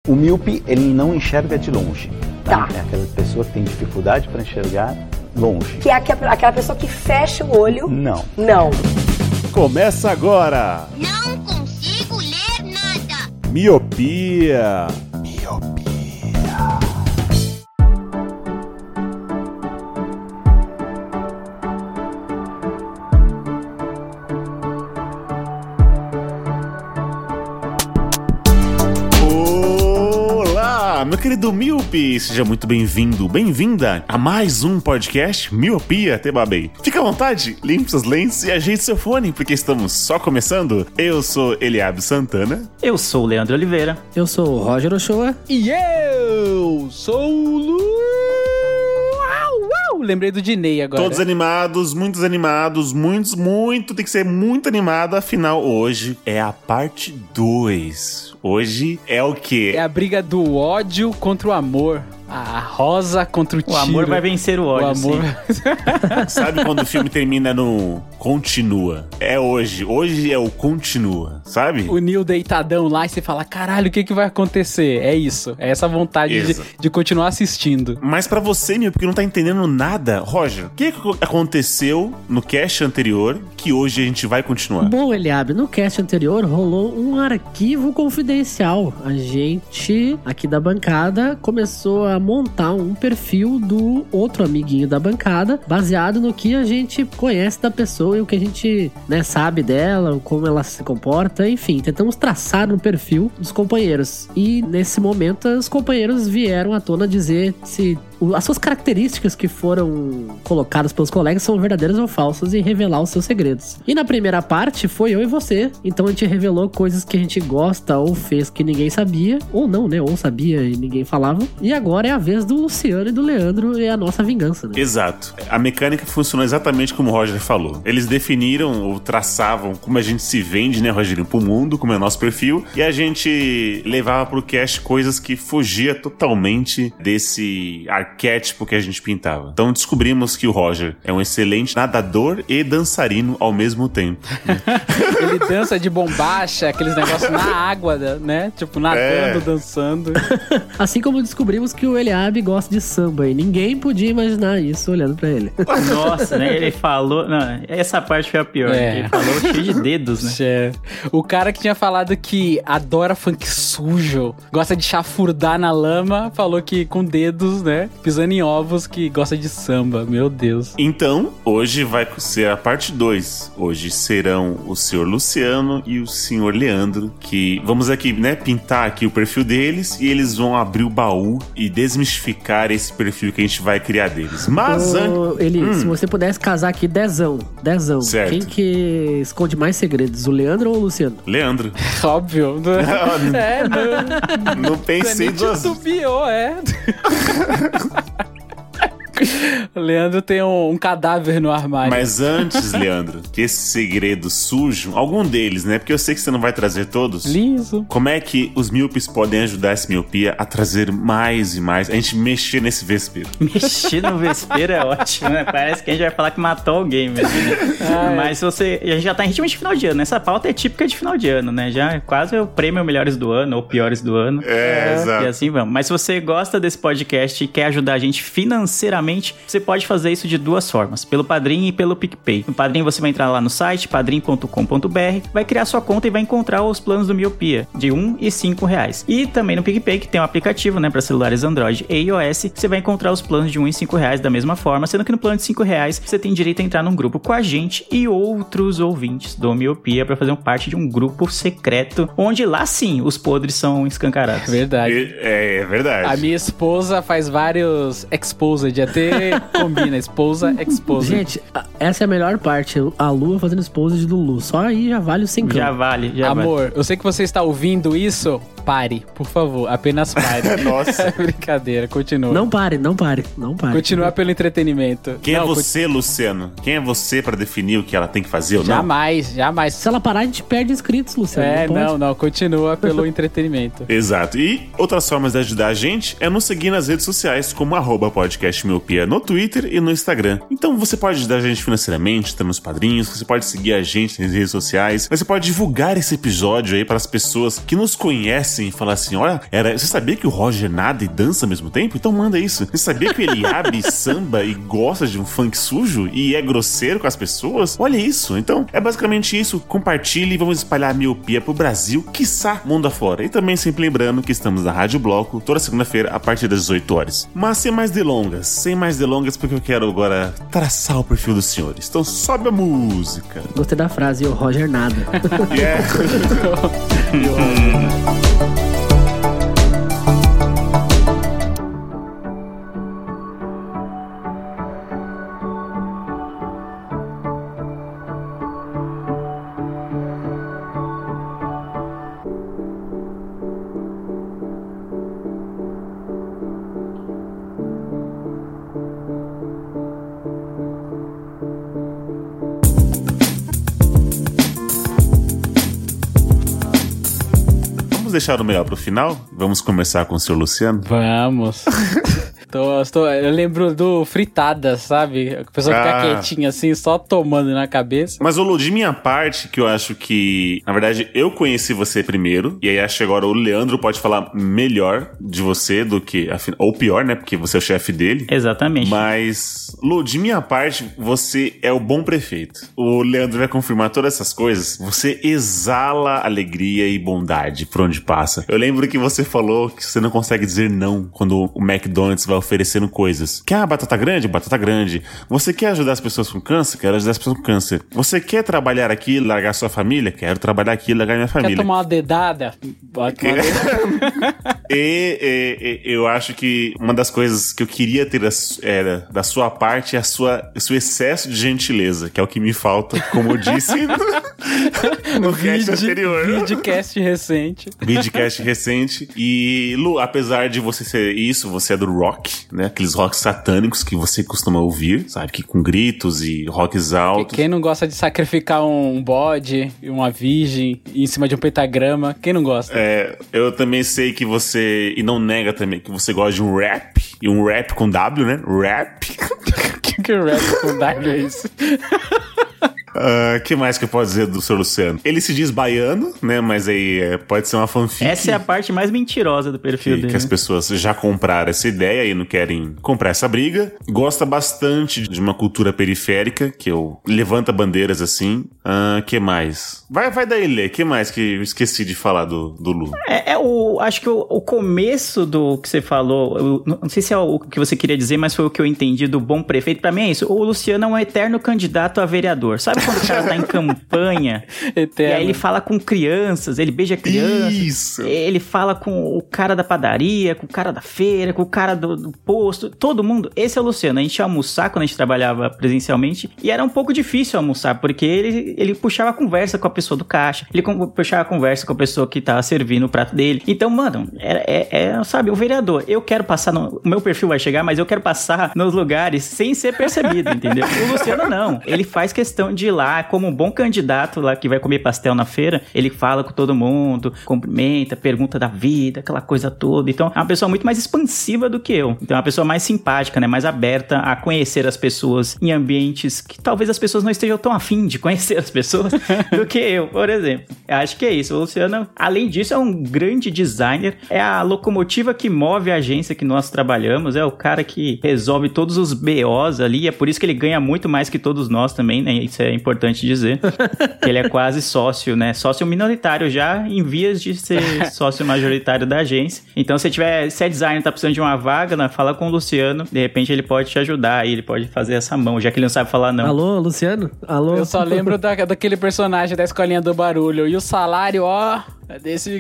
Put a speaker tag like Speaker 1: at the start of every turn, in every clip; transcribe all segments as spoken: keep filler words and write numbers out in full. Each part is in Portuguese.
Speaker 1: O míope, ele não enxerga de longe. Tá?
Speaker 2: Tá.
Speaker 1: É aquela pessoa que tem dificuldade para enxergar longe.
Speaker 2: Que é aquela pessoa que fecha o olho?
Speaker 1: Não.
Speaker 2: Não.
Speaker 3: Começa agora!
Speaker 4: Não consigo ler nada.
Speaker 3: Miopia! Miopia. Olá, meu querido míope! Seja muito bem-vindo, bem-vinda a mais um podcast Miopia, te babei. Fica à vontade, limpe suas lentes e ajeite seu fone, porque estamos só começando. Eu sou Eliabe Santana.
Speaker 5: Eu sou o Leandro Oliveira.
Speaker 6: Eu sou o Roger Ochoa.
Speaker 7: E eu sou o Lu... Uau, uau. Lembrei do Dinei agora.
Speaker 3: Todos animados, muitos animados, muitos, muito, tem que ser muito animado, afinal hoje é a parte dois. Hoje é o quê?
Speaker 7: É a briga do ódio contra o amor. A rosa contra o tiro.
Speaker 5: O amor vai vencer o ódio,
Speaker 7: O amor...
Speaker 3: Sabe quando o filme termina no continua? É hoje. Hoje é o continua, sabe?
Speaker 7: O Neil deitadão lá e você fala, caralho, o que que vai acontecer? É isso. É essa vontade de, de continuar assistindo.
Speaker 3: Mas pra você, meu, porque não tá entendendo nada, Roger, o que, que aconteceu no cast anterior que hoje a gente vai continuar?
Speaker 6: Bom, Eliabe, no cast anterior rolou um arquivo confidencial. A gente, aqui da bancada, começou a montar um perfil do outro amiguinho da bancada, baseado no que a gente conhece da pessoa e o que a gente, né, sabe dela, como ela se comporta, enfim, tentamos traçar um perfil dos companheiros. E nesse momento, os companheiros vieram à tona dizer se as suas características que foram colocadas pelos colegas são verdadeiras ou falsas e revelar os seus segredos. E na primeira parte foi eu e você, então a gente revelou coisas que a gente gosta ou fez que ninguém sabia, ou não, né, ou sabia e ninguém falava. E agora é a vez do Luciano e do Leandro e a nossa vingança, né?
Speaker 3: Exato. A mecânica funcionou exatamente como o Roger falou. Eles definiram ou traçavam como a gente se vende, né, Rogerinho, pro mundo, como é o nosso perfil, e a gente levava pro cast coisas que fugia totalmente desse arquétipo que a gente pintava. Então descobrimos que o Roger é um excelente nadador e dançarino ao mesmo tempo.
Speaker 7: Ele dança de bombacha, aqueles negócios na água, né? Tipo, nadando, é. dançando.
Speaker 6: Assim como descobrimos que o Eliabe gosta de samba e ninguém podia imaginar isso olhando pra ele.
Speaker 5: Nossa, né? Ele falou... Não, essa parte foi a pior. É. Ele falou cheio de dedos, né?
Speaker 7: É. O cara que tinha falado que adora funk sujo, gosta de chafurdar na lama, falou que com dedos, né? Pisando em ovos, que gosta de samba. Meu Deus.
Speaker 3: Então, hoje vai ser a parte dois. Hoje serão o senhor Luciano e o senhor Leandro, que vamos aqui, né, pintar aqui o perfil deles e eles vão abrir o baú e desmistificar esse perfil que a gente vai criar deles. Mas,
Speaker 6: Ô, Eli, hum. se você pudesse casar aqui dezão, dezão,
Speaker 3: certo.
Speaker 6: Quem que esconde mais segredos, o Leandro ou o Luciano?
Speaker 3: Leandro.
Speaker 7: Óbvio.
Speaker 3: Não,
Speaker 7: é, não,
Speaker 3: não pensei duas vezes.
Speaker 7: Titubeou, é. O Leandro tem um, um cadáver no armário.
Speaker 3: Mas antes, Leandro, que esse segredo sujo, algum deles, né? Porque eu sei que você não vai trazer todos.
Speaker 7: Liso.
Speaker 3: Como é que os míopes podem ajudar essa miopia a trazer mais e mais? A gente mexer nesse vespeiro.
Speaker 5: Mexer no vespeiro é ótimo, né? Parece que a gente vai falar que matou alguém mesmo, né? Ah, Mas se você... A gente já tá em ritmo de final de ano. Essa pauta é típica de final de ano, né? Já é quase o prêmio melhores do ano ou piores do ano.
Speaker 3: É, é, exato.
Speaker 5: E assim vamos. Mas se você gosta desse podcast e quer ajudar a gente financeiramente, você pode fazer isso de duas formas, pelo Padrim e pelo PicPay. No Padrim você vai entrar lá no site padrim ponto com ponto b r, vai criar sua conta e vai encontrar os planos do Miopia, de um e cinco reais. E também no PicPay, que tem um aplicativo, né, para celulares Android e iOS, você vai encontrar os planos de um e cinco reais da mesma forma, sendo que no plano de cinco reais você tem direito a entrar num grupo com a gente e outros ouvintes do Miopia para fazer parte de um grupo secreto, onde lá sim os podres são escancarados.
Speaker 7: Verdade.
Speaker 3: É, é verdade.
Speaker 7: A minha esposa faz vários exposed, até combina, esposa, exposed.
Speaker 6: Gente, essa é a melhor parte, a Lua fazendo exposed do Lu, só aí já vale o cinco.
Speaker 5: Já vale, já
Speaker 7: Amor,
Speaker 5: vale.
Speaker 7: eu sei que você está ouvindo isso, pare, por favor, apenas pare.
Speaker 3: Nossa.
Speaker 7: Brincadeira, continua.
Speaker 6: Não pare, não pare, não pare.
Speaker 7: Continua pelo entretenimento.
Speaker 3: Quem
Speaker 7: não,
Speaker 3: é você, continu... Luciano? Quem é você pra definir o que ela tem que fazer ou não?
Speaker 7: Jamais, jamais.
Speaker 6: Se ela parar, a gente perde inscritos, Luciano.
Speaker 7: É,
Speaker 6: não,
Speaker 7: não, não, continua pelo entretenimento.
Speaker 3: Exato. E outras formas de ajudar a gente é nos seguir nas redes sociais, como arroba podcast miopia no Twitter Twitter e no Instagram. Então você pode ajudar a gente financeiramente, tá nos padrinhos, você pode seguir a gente nas redes sociais, você pode divulgar esse episódio aí para as pessoas que nos conhecem e falar assim, olha, era, você sabia que o Roger nada e dança ao mesmo tempo? Então manda isso. Você sabia que ele abre samba e gosta de um funk sujo e é grosseiro com as pessoas? Olha isso. Então é basicamente isso. Compartilhe e vamos espalhar a miopia pro Brasil, quiçá mundo afora. E também sempre lembrando que estamos na Rádio Bloco toda segunda-feira a partir das dezoito horas. Mas sem mais delongas, sem mais delongas porque eu quero agora traçar o perfil dos senhores. Então sobe a música.
Speaker 6: Gostei da frase, o Roger nada.
Speaker 3: Yeah. Vamos deixar o melhor pro final? Vamos começar com o senhor Luciano?
Speaker 7: Vamos. Tô, tô, eu lembro do fritada, sabe? A pessoa fica
Speaker 3: Ah.
Speaker 7: quietinha assim, só tomando na cabeça.
Speaker 3: Mas, ô Lu, de minha parte, que eu acho que, na verdade, eu conheci você primeiro, e aí acho que agora o Leandro pode falar melhor de você do que, ou pior, né? Porque você é o chefe dele.
Speaker 5: Exatamente.
Speaker 3: Mas, Lu, de minha parte, você é o bom prefeito. O Leandro vai confirmar todas essas coisas. Você exala alegria e bondade por onde passa. Eu lembro que você falou que você não consegue dizer não quando o McDonald's vai oferecendo coisas. Quer batata grande? Batata grande. Você quer ajudar as pessoas com câncer? Quero ajudar as pessoas com câncer. Você quer trabalhar aqui e largar sua família? Quero trabalhar aqui e largar minha família.
Speaker 7: Quer tomar uma dedada? Bota uma dedada.
Speaker 3: E, e, e eu acho que uma das coisas que eu queria ter da, era, da sua parte é a sua, o seu excesso de gentileza, que é o que me falta, como eu disse no, no cast anterior.
Speaker 7: Videocast recente.
Speaker 3: Videocast recente. E, Lu, apesar de você ser isso, você é do rock, né? Aqueles rocks satânicos que você costuma ouvir, sabe? Que com gritos e rocks altos.
Speaker 7: Quem não gosta de sacrificar um bode e uma virgem em cima de um pentagrama? Quem não gosta?
Speaker 3: É, eu também sei que você, e não nega também, que você gosta de um rap, e um rap com W, né? Rap.
Speaker 7: Que que rap com W é isso?
Speaker 3: O uh, que mais que eu posso dizer do senhor Luciano? Ele se diz baiano, né? Mas aí é, pode ser uma fanfic.
Speaker 5: Essa é a parte mais mentirosa do perfil
Speaker 3: que,
Speaker 5: dele.
Speaker 3: que as pessoas já compraram essa ideia e não querem comprar essa briga. Gosta bastante de uma cultura periférica, que eu levanta bandeiras assim. O uh, que mais? Vai, vai daí, Lê. O que mais que eu esqueci de falar do, do Lu?
Speaker 5: É, é o... Acho que o, o começo do que você falou, eu, não sei se é o que você queria dizer, mas foi o que eu entendi do bom prefeito. Pra mim é isso. O Luciano é um eterno candidato a vereador. Sabe quando o cara tá em campanha
Speaker 7: Eterno.
Speaker 5: E aí ele fala com crianças, ele beija crianças.
Speaker 3: Isso.
Speaker 5: Ele fala com o cara da padaria, com o cara da feira, com o cara do, do posto, todo mundo. Esse é o Luciano. A gente ia almoçar quando a gente trabalhava presencialmente e era um pouco difícil almoçar, porque ele, ele puxava a conversa com a pessoa do caixa, ele puxava a conversa com a pessoa que tava servindo o prato dele. Então, mano, é, é, é sabe, o vereador, eu quero passar, no, o meu perfil vai chegar, mas eu quero passar nos lugares sem ser percebido, entendeu? O Luciano não. Ele faz questão de ir lá, como um bom candidato lá que vai comer pastel na feira, ele fala com todo mundo, cumprimenta, pergunta da vida, aquela coisa toda. Então, é uma pessoa muito mais expansiva do que eu. Então, é uma pessoa mais simpática, né? Mais aberta a conhecer as pessoas em ambientes que talvez as pessoas não estejam tão afim de conhecer as pessoas do que eu, por exemplo. Eu acho que é isso. O Luciano, além disso, é um grande designer, é a locomotiva que move a agência que nós trabalhamos, é o cara que resolve todos os B Os ali, é por isso que ele ganha muito mais que todos nós também, né? Isso é importante dizer. Ele é quase sócio, né? Sócio minoritário já, em vias de ser sócio majoritário da agência. Então, se tiver, se é designer, tá precisando de uma vaga, né? Fala com o Luciano, de repente ele pode te ajudar aí, ele pode fazer essa mão, já que ele não sabe falar não.
Speaker 6: Alô, Luciano? Alô?
Speaker 7: Eu só lembro da, daquele personagem da Escolinha do Barulho. E o salário, ó, é desse...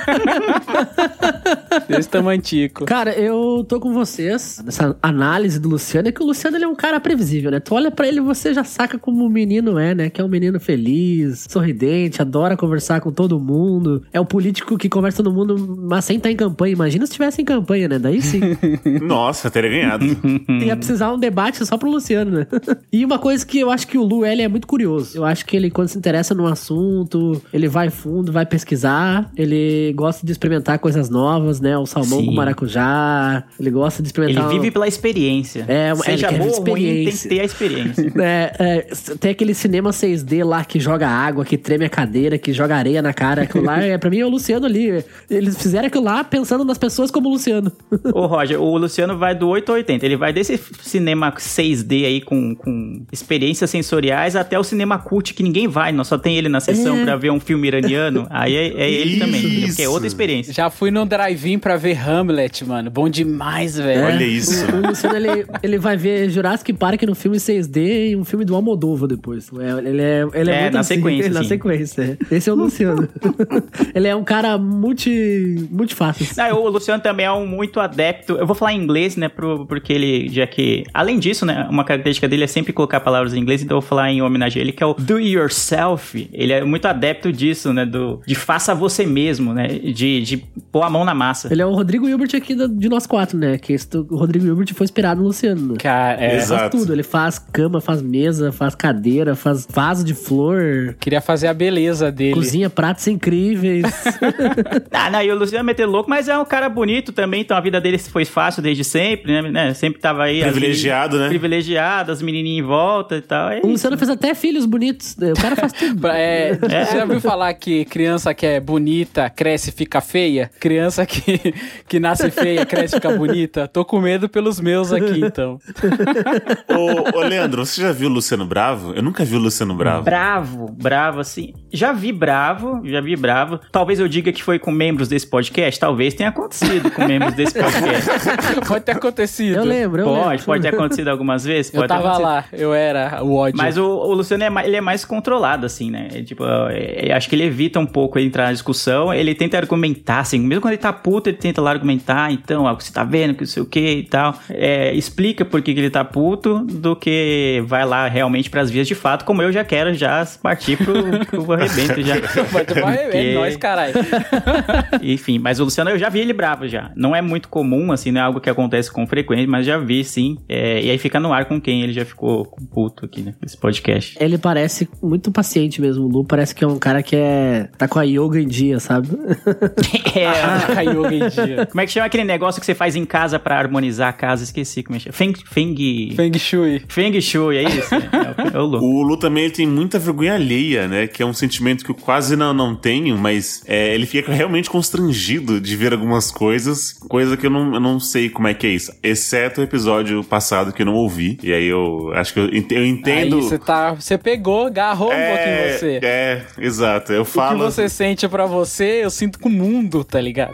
Speaker 7: desse tamantico.
Speaker 6: Cara, eu tô com vocês nessa análise do Luciano, é que o Luciano ele é um cara previsível, né? Tu olha pra ele e você já saca como o menino é, né? Que é um menino feliz, sorridente, adora conversar com todo mundo. É o político que conversa com todo mundo, mas sem estar em campanha. Imagina se estivesse em campanha, né? Daí sim.
Speaker 3: Nossa, teria ganhado.
Speaker 6: Ia precisar um debate só pro Luciano, né? E uma coisa que eu acho que o Lu, ele é muito curioso. Eu acho que ele, quando se interessa num assunto, ele vai fundo, vai pesquisar, ele gosta de experimentar coisas novas, né? né? O salmão
Speaker 5: Sim.
Speaker 6: com maracujá. Ele gosta de experimentar...
Speaker 5: Ele vive pela experiência.
Speaker 6: É,
Speaker 5: Seja
Speaker 6: ele quer
Speaker 5: boa ou ruim, tem que
Speaker 6: experiência.
Speaker 5: ter a experiência.
Speaker 6: É, é, tem aquele cinema seis D lá que joga água, que treme a cadeira, que joga areia na cara. Aquilo lá, é, pra mim, é o Luciano ali. Eles fizeram aquilo lá pensando nas pessoas como o Luciano.
Speaker 5: Ô, Roger, o Luciano vai do oito ao oitenta. Ele vai desse cinema seis D aí com, com experiências sensoriais até o cinema cult que ninguém vai. Nós só tem ele na sessão
Speaker 6: É.
Speaker 5: pra ver um filme iraniano. Aí é, é ele também, entendeu? Porque é outra experiência.
Speaker 7: Já fui no drive-in pra ver Hamlet, mano. Bom demais, velho.
Speaker 3: Olha isso.
Speaker 6: O, o Luciano, ele, ele vai ver Jurassic Park no filme seis D e um filme do Almodóvar depois. É, ele é, ele é,
Speaker 5: É,
Speaker 6: muito
Speaker 5: na
Speaker 6: assim,
Speaker 5: sequência,
Speaker 6: Na
Speaker 5: sim.
Speaker 6: sequência, é. Esse é o Luciano. Ele é um cara multi, multifácil.
Speaker 5: Não, o Luciano também é um muito adepto. Eu vou falar em inglês, né? Pro, porque ele, já que. Além disso, né? Uma característica dele é sempre colocar palavras em inglês, então eu vou falar em homenagem a ele, que é o do yourself. Ele é muito adepto disso, né? Do, de faça você mesmo, né? De, de pôr a mão na massa.
Speaker 6: Ele é o Rodrigo Hilbert aqui da- de nós quatro, né? Que esse, o Rodrigo Hilbert foi inspirado no Luciano. Né?
Speaker 7: Cara, é,
Speaker 6: Ele faz
Speaker 3: Exato.
Speaker 6: tudo. Ele faz cama, faz mesa, faz cadeira, faz vaso de flor,
Speaker 7: queria fazer a beleza dele.
Speaker 6: cozinha pratos incríveis.
Speaker 5: Ah, não, e o Luciano é meter louco, mas é um cara bonito também, então a vida dele foi fácil desde sempre, né? né, Sempre tava aí. as
Speaker 3: Privilegiado,
Speaker 5: meni-
Speaker 3: né?
Speaker 5: Privilegiado, as menininhas em volta e tal. É
Speaker 6: O
Speaker 5: isso.
Speaker 6: Luciano fez até filhos bonitos. né? O cara faz tudo.
Speaker 7: É, Você já ouviu falar que criança que é bonita cresce e fica feia? Criança que, que nasce feia cresce e fica bonita? Tô com medo pelos meus aqui, então.
Speaker 3: ô, ô, Leandro, você já viu o Luciano Bravo? Eu nunca vi o Luciano Bravo.
Speaker 5: Bravo, bravo, assim. Já vi bravo, já vi bravo. Talvez eu diga que foi com membros desse podcast. Talvez tenha acontecido com membros desse podcast.
Speaker 7: Pode ter acontecido.
Speaker 6: Eu lembro, eu
Speaker 5: Pode,
Speaker 6: lembro.
Speaker 5: pode ter acontecido algumas vezes.
Speaker 7: Eu
Speaker 5: Pode ter
Speaker 7: tava
Speaker 5: acontecido.
Speaker 7: lá, eu era o ódio.
Speaker 5: Mas o, o Luciano é mais, ele é mais controlado, assim, né? É, tipo, é, é, acho que ele evita um pouco entrar na discussão. Ele tenta argumentar, assim. Mesmo quando ele tá puto, ele tenta lá argumentar. Então, ó, você tá vendo que não sei o que e tal. É, explica por que, que ele tá puto do que vai lá realmente pras vias de fato. Como eu já quero já partir pro, pro arrebento já.
Speaker 7: Vai tomar é
Speaker 5: Porque-
Speaker 7: nós, caralho.
Speaker 5: Enfim, mas o Luciano eu já vi ele bravo já. Não é muito comum, assim, não é algo que acontece com frequência, mas já vi, sim. É, e aí fica no ar com quem ele já ficou com puto aqui, né? Nesse podcast.
Speaker 6: Ele parece muito paciente mesmo. O Lu parece que é um cara que é tá com a yoga em dia, sabe?
Speaker 5: É,
Speaker 7: A yoga em dia.
Speaker 5: como é que chama aquele negócio que você faz em casa pra harmonizar a casa? Esqueci como é que chama. Feng, feng,
Speaker 7: Feng Shui.
Speaker 5: feng Shui, é isso? né? É, o- é o Lu.
Speaker 3: O Lu também ele tem muita vergonha alheia, né? Que é um sentimento que eu quase não, não tenho, mas é, ele fica realmente constrangido de ver algumas coisas, coisa que eu não, eu não sei como é que é isso. Exceto o episódio passado que eu não ouvi. E aí eu acho que eu, ent- eu entendo.
Speaker 7: Aí você tá, você pegou, agarrou um pouquinho em você.
Speaker 3: É, exato. Eu
Speaker 7: O que
Speaker 3: falo.
Speaker 7: você sente pra você, eu sinto com o mundo, tá ligado?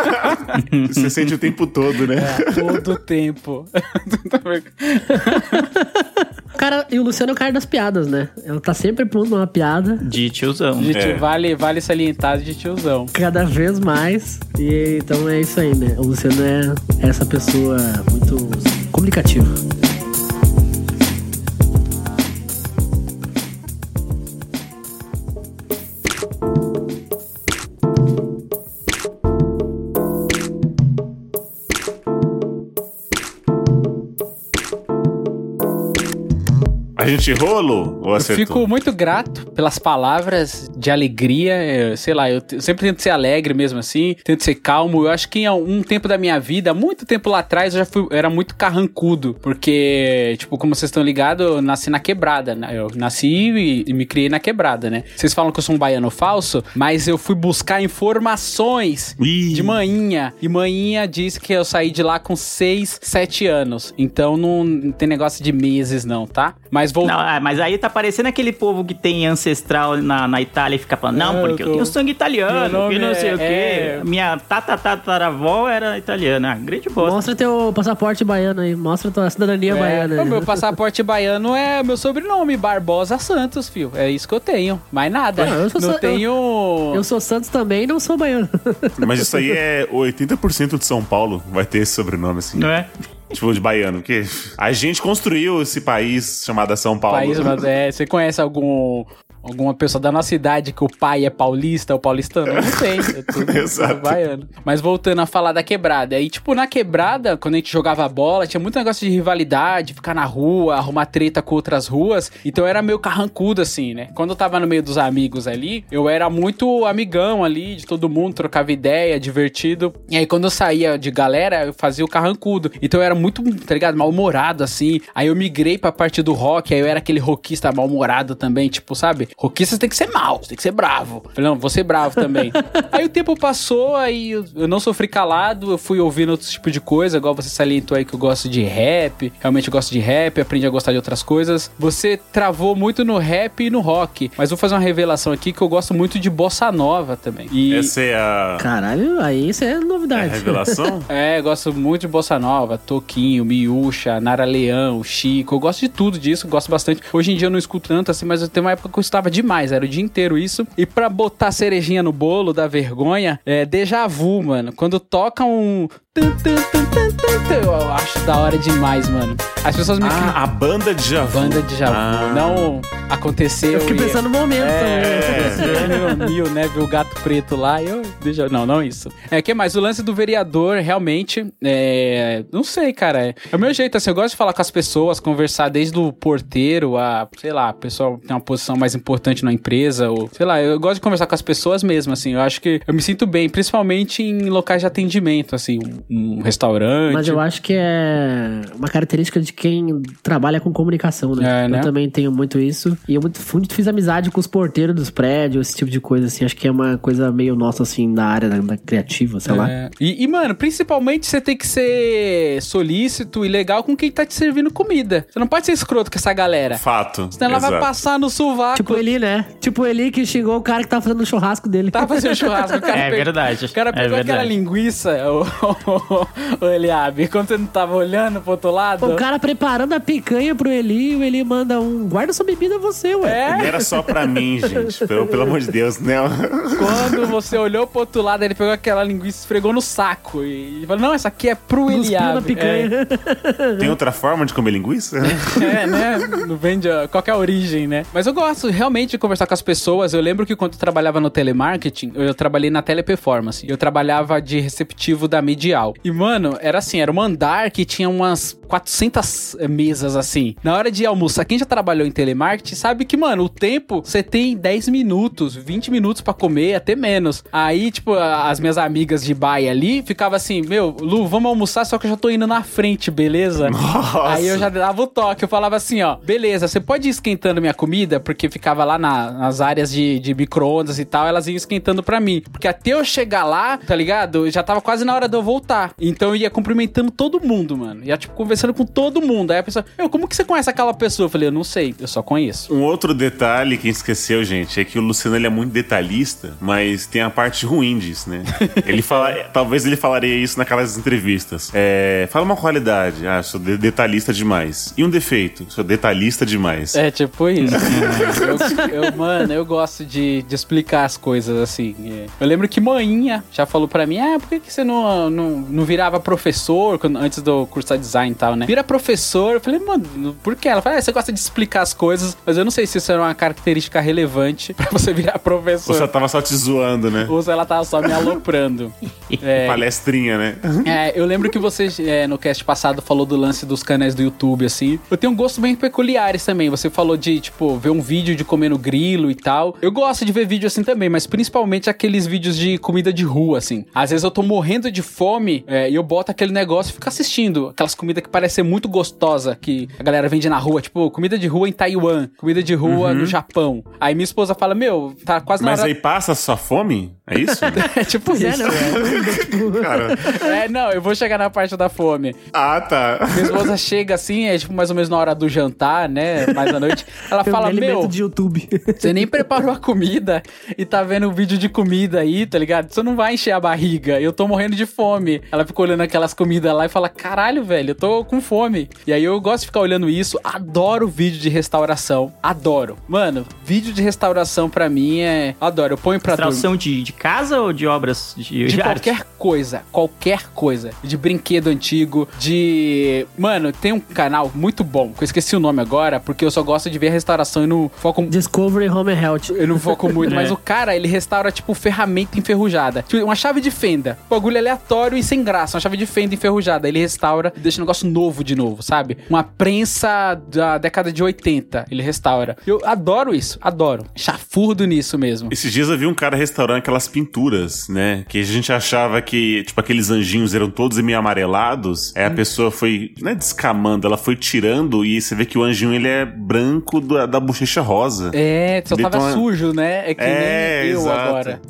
Speaker 3: Você sente o tempo todo, né?
Speaker 7: Todo o tempo.
Speaker 6: O cara, e o Luciano é o cara das piadas, né? Ele tá sempre pronto numa piada,
Speaker 5: De tiozão.
Speaker 7: Gente,
Speaker 3: É.
Speaker 7: vale, vale salientar de tiozão.
Speaker 6: cada vez mais. E então é isso aí, né? O Luciano é essa pessoa muito comunicativa.
Speaker 3: A gente errou, Lu? Ou
Speaker 7: Eu
Speaker 3: acertou?
Speaker 7: fico muito grato pelas palavras de alegria. Eu, sei lá, eu, te- eu sempre tento ser alegre mesmo assim, tento ser calmo. Eu acho que em um tempo da minha vida, muito tempo lá atrás, eu já fui, eu era muito carrancudo. Porque, tipo, como vocês estão ligados, eu nasci na quebrada, né? Eu nasci e, e me criei na quebrada, né? Vocês falam que eu sou um baiano falso, mas eu fui buscar informações
Speaker 3: Ih.
Speaker 7: de manhinha. E manhinha disse que eu saí de lá com seis, sete anos. Então não tem negócio de meses, não, tá? Mas vou.
Speaker 5: Não, ah, mas aí tá parecendo aquele povo que tem ancestral na, na Itália e fica falando, não,
Speaker 7: É,
Speaker 5: porque
Speaker 7: eu
Speaker 5: eu
Speaker 7: tô-
Speaker 5: tenho sangue italiano,
Speaker 7: Meu nome
Speaker 5: que não sei
Speaker 7: é-
Speaker 5: o quê.
Speaker 7: é-
Speaker 5: Minha tatatataravó era italiana. Ah, grande bosta.
Speaker 6: Mostra teu passaporte baiano aí, mostra tua cidadania baiana.
Speaker 7: É, o
Speaker 6: aí.
Speaker 7: meu passaporte baiano é meu sobrenome, Barbosa Santos, filho. É isso que eu tenho. Mais nada.
Speaker 6: Não, eu sou
Speaker 7: não
Speaker 6: sa-
Speaker 7: tenho.
Speaker 6: Eu sou Santos também e não sou baiano.
Speaker 3: Mas isso aí é oitenta por cento de São Paulo vai ter esse sobrenome, assim.
Speaker 5: Não é?
Speaker 3: Tipo, de baiano. Porque a gente construiu esse país chamado São Paulo.
Speaker 7: País, mas é, você conhece algum alguma pessoa da nossa idade que o pai é paulista ou paulistano. Não tem, é tudo,
Speaker 3: Exato.
Speaker 7: tudo baiano. Mas voltando a falar da quebrada. Aí, tipo, na quebrada, quando a gente jogava bola, tinha muito negócio de rivalidade, ficar na rua, arrumar treta com outras ruas. Então eu era meio carrancudo, assim, né? Quando eu tava no meio dos amigos ali, eu era muito amigão ali, de todo mundo, trocava ideia, divertido. E aí, quando eu saía de galera, eu fazia o carrancudo. Então eu era muito, tá ligado? Mal-humorado, assim. Aí eu migrei pra parte do rock, aí eu era aquele rockista mal-humorado também, tipo, sabe? Rockistas tem que ser mal, tem que ser bravo. Eu falei, não, vou ser bravo também. Aí o tempo passou, aí eu, eu não sofri calado, eu fui ouvindo outros tipos de coisa, igual você salientou aí que eu gosto de rap, realmente eu gosto de rap, aprendi a gostar de outras coisas. Você travou muito no rap e no rock, mas vou fazer uma revelação aqui que eu gosto muito de bossa nova também. E...
Speaker 3: Essa é a...
Speaker 6: Caralho, aí isso é
Speaker 3: é a
Speaker 6: novidade.
Speaker 3: revelação?
Speaker 7: É, eu gosto muito de bossa nova, Toquinho, Miúcha, Nara Leão, Chico, eu gosto de tudo disso, eu gosto bastante. Hoje em dia eu não escuto tanto assim, mas eu tenho uma época que eu escutava demais, era o dia inteiro isso. E pra botar cerejinha no bolo da vergonha, é déjà vu, mano. Quando toca um... Eu acho da hora demais, mano. As pessoas me...
Speaker 3: Ah, a banda de Javu.
Speaker 7: Banda de Javu.
Speaker 3: Ah.
Speaker 7: Não aconteceu.
Speaker 6: Eu fiquei
Speaker 7: e-
Speaker 6: pensando no momento
Speaker 3: É.
Speaker 6: também.
Speaker 7: Nil, né? Viu o gato preto lá e eu... Deixa... Não, não isso. É, que mais? O lance do vereador, realmente, é... Não sei, cara. É... é o meu jeito, assim, eu gosto de falar com as pessoas, conversar desde o porteiro a, sei lá, a pessoa tem uma posição mais importante na empresa, ou, sei lá, eu gosto de conversar com as pessoas mesmo, assim, eu acho que eu me sinto bem, principalmente em locais de atendimento, assim, um, um restaurante.
Speaker 6: Mas eu acho que é uma característica de quem trabalha com comunicação, né?
Speaker 7: É, né?
Speaker 6: Eu também tenho muito isso. E eu muito, muito fiz amizade com os porteiros dos prédios, esse tipo de coisa, assim. Acho que é uma coisa meio nossa, assim, da área da, da criativa, sei lá.
Speaker 7: É. E, e, mano, principalmente você tem que ser solícito e legal com quem tá te servindo comida. Você não pode ser escroto com essa galera.
Speaker 3: Fato.
Speaker 7: Senão ela vai
Speaker 3: Exato.
Speaker 7: passar no sovaco.
Speaker 6: Tipo ele, né? Tipo ele que xingou o cara que tava fazendo o churrasco dele.
Speaker 7: Tava fazendo churrasco. O cara
Speaker 5: É
Speaker 7: pe-
Speaker 5: verdade.
Speaker 7: O cara
Speaker 5: É
Speaker 7: pegou
Speaker 5: verdade.
Speaker 7: aquela linguiça, o, o Eliabe, quando você não tava olhando pro outro lado.
Speaker 6: O cara preparando a picanha pro Eli, o Eli manda um... Guarda sua bebida você, ué.
Speaker 3: Não
Speaker 7: É,
Speaker 3: era só pra mim, gente. Pelo, pelo amor de Deus, né?
Speaker 7: quando você olhou pro outro lado, ele pegou aquela linguiça e esfregou no saco. E, e falou, não, essa aqui é pro
Speaker 6: Cuspiu
Speaker 7: Eliabe.
Speaker 6: na picanha.
Speaker 3: Tem outra forma de comer linguiça?
Speaker 7: É, né? Não vende a- qual que é a origem, né? Mas eu gosto realmente de conversar com as pessoas. Eu lembro que quando eu trabalhava no telemarketing, eu trabalhei na teleperformance. Eu trabalhava de receptivo da Medial. E, mano, era assim, era um andar que tinha umas quatrocentas mesas, assim. Na hora de almoçar, quem já trabalhou em telemarketing sabe que, mano, o tempo, você tem dez minutos, vinte minutos pra comer, até menos. Aí, tipo, a- as minhas amigas de baia ali, ficava assim, meu, Lu, vamos almoçar, só que eu já tô indo na frente, beleza?
Speaker 3: Nossa.
Speaker 7: Aí eu já dava o toque, eu falava assim, ó, beleza, você pode ir esquentando minha comida, porque ficava lá na- nas áreas de, de micro-ondas e tal, elas iam esquentando pra mim. Porque até eu chegar lá, tá ligado? Já tava quase na hora de eu voltar. Então eu ia cumprimentando todo mundo, mano. Ia, tipo, conversando com todo mundo. Aí a pessoa, meu, como que você conhece aquela pessoa? Eu falei, eu não sei, eu só conheço.
Speaker 3: Um outro detalhe que esqueceu, gente, é que o Luciano ele é muito detalhista, mas tem a parte ruim disso, né? Ele fala, talvez ele falaria isso naquelas entrevistas. É, fala uma qualidade, ah, sou de- detalhista demais. E um defeito, sou detalhista demais.
Speaker 7: É, tipo isso. eu, eu, mano, eu gosto de, de explicar as coisas assim. É. Eu lembro que Maninha já falou pra mim, ah, por que, que você não, não, não virava professor quando, antes do cursar design e tal, né? Vira professor. Eu falei, mano, por quê? Ela falou, ah, você gosta de explicar as coisas, mas eu não sei se isso era uma característica relevante pra você virar professor.
Speaker 3: Ou só tava só te zoando, né?
Speaker 7: Ou se ela tava só me aloprando. É,
Speaker 3: Palestrinha, né?
Speaker 7: é, eu lembro que você, é, no cast passado, falou do lance dos canais do YouTube, assim. Eu tenho um gosto bem peculiares também. Você falou de, tipo, ver um vídeo de comendo grilo e tal. Eu gosto de ver vídeo assim também, mas principalmente aqueles vídeos de comida de rua, assim. Às vezes eu tô morrendo de fome é, e eu boto aquele negócio e fico assistindo. Aquelas comidas que parecem ser muito gostosa, que a galera vende na rua. Tipo, comida de rua em Taiwan, comida de rua no Japão. Aí minha esposa fala, meu, tá quase na
Speaker 3: Mas
Speaker 7: hora...
Speaker 3: aí passa sua fome? É isso?
Speaker 7: É tipo
Speaker 6: É,
Speaker 7: isso.
Speaker 6: não.
Speaker 3: Cara.
Speaker 7: É, não, eu vou chegar na parte da fome.
Speaker 3: Ah, tá.
Speaker 7: Minha esposa chega assim, é tipo mais ou menos na hora do jantar, né? Mais à noite. Ela
Speaker 6: Eu
Speaker 7: fala,
Speaker 6: me alimento
Speaker 7: meu,
Speaker 6: de YouTube.
Speaker 7: você nem preparou a comida e tá vendo o vídeo de comida aí, tá ligado? Você não vai encher a barriga. Eu tô morrendo de fome. Ela fica olhando aquelas comidas lá e fala, caralho, velho, eu tô com fome. E aí eu gosto de ficar olhando isso. Adoro vídeo de restauração. Adoro. Mano, vídeo de restauração pra mim é... Adoro. Eu ponho pra
Speaker 5: Restauração de, de casa ou de obras de,
Speaker 7: De
Speaker 5: de arte?
Speaker 7: qualquer coisa, qualquer coisa. De brinquedo antigo, de... Mano, tem um canal muito bom, que eu esqueci o nome agora, porque eu só gosto de ver restauração e não foco...
Speaker 6: Discovery Home and Health.
Speaker 7: Eu não foco muito,
Speaker 5: É.
Speaker 7: mas o cara, ele restaura, tipo, ferramenta enferrujada. Tipo, uma chave de fenda. Um bagulho aleatório e sem graça. Uma chave de fenda enferrujada. Ele restaura e deixa um negócio novo de novo, sabe? Uma prensa da década de oitenta. Ele restaura. Eu adoro isso, adoro. Chafurdo nisso mesmo.
Speaker 3: Esses dias eu vi um cara restaurando aquelas pinturas, né? Que a gente achava que, tipo, aqueles anjinhos eram todos meio amarelados. Aí a pessoa foi, não é descamando, ela foi tirando e você vê que o anjinho, ele é branco da, da bochecha rosa.
Speaker 7: É, só tava
Speaker 3: Então,
Speaker 7: sujo, né? É que
Speaker 3: É,
Speaker 7: nem eu
Speaker 3: exato.
Speaker 7: agora.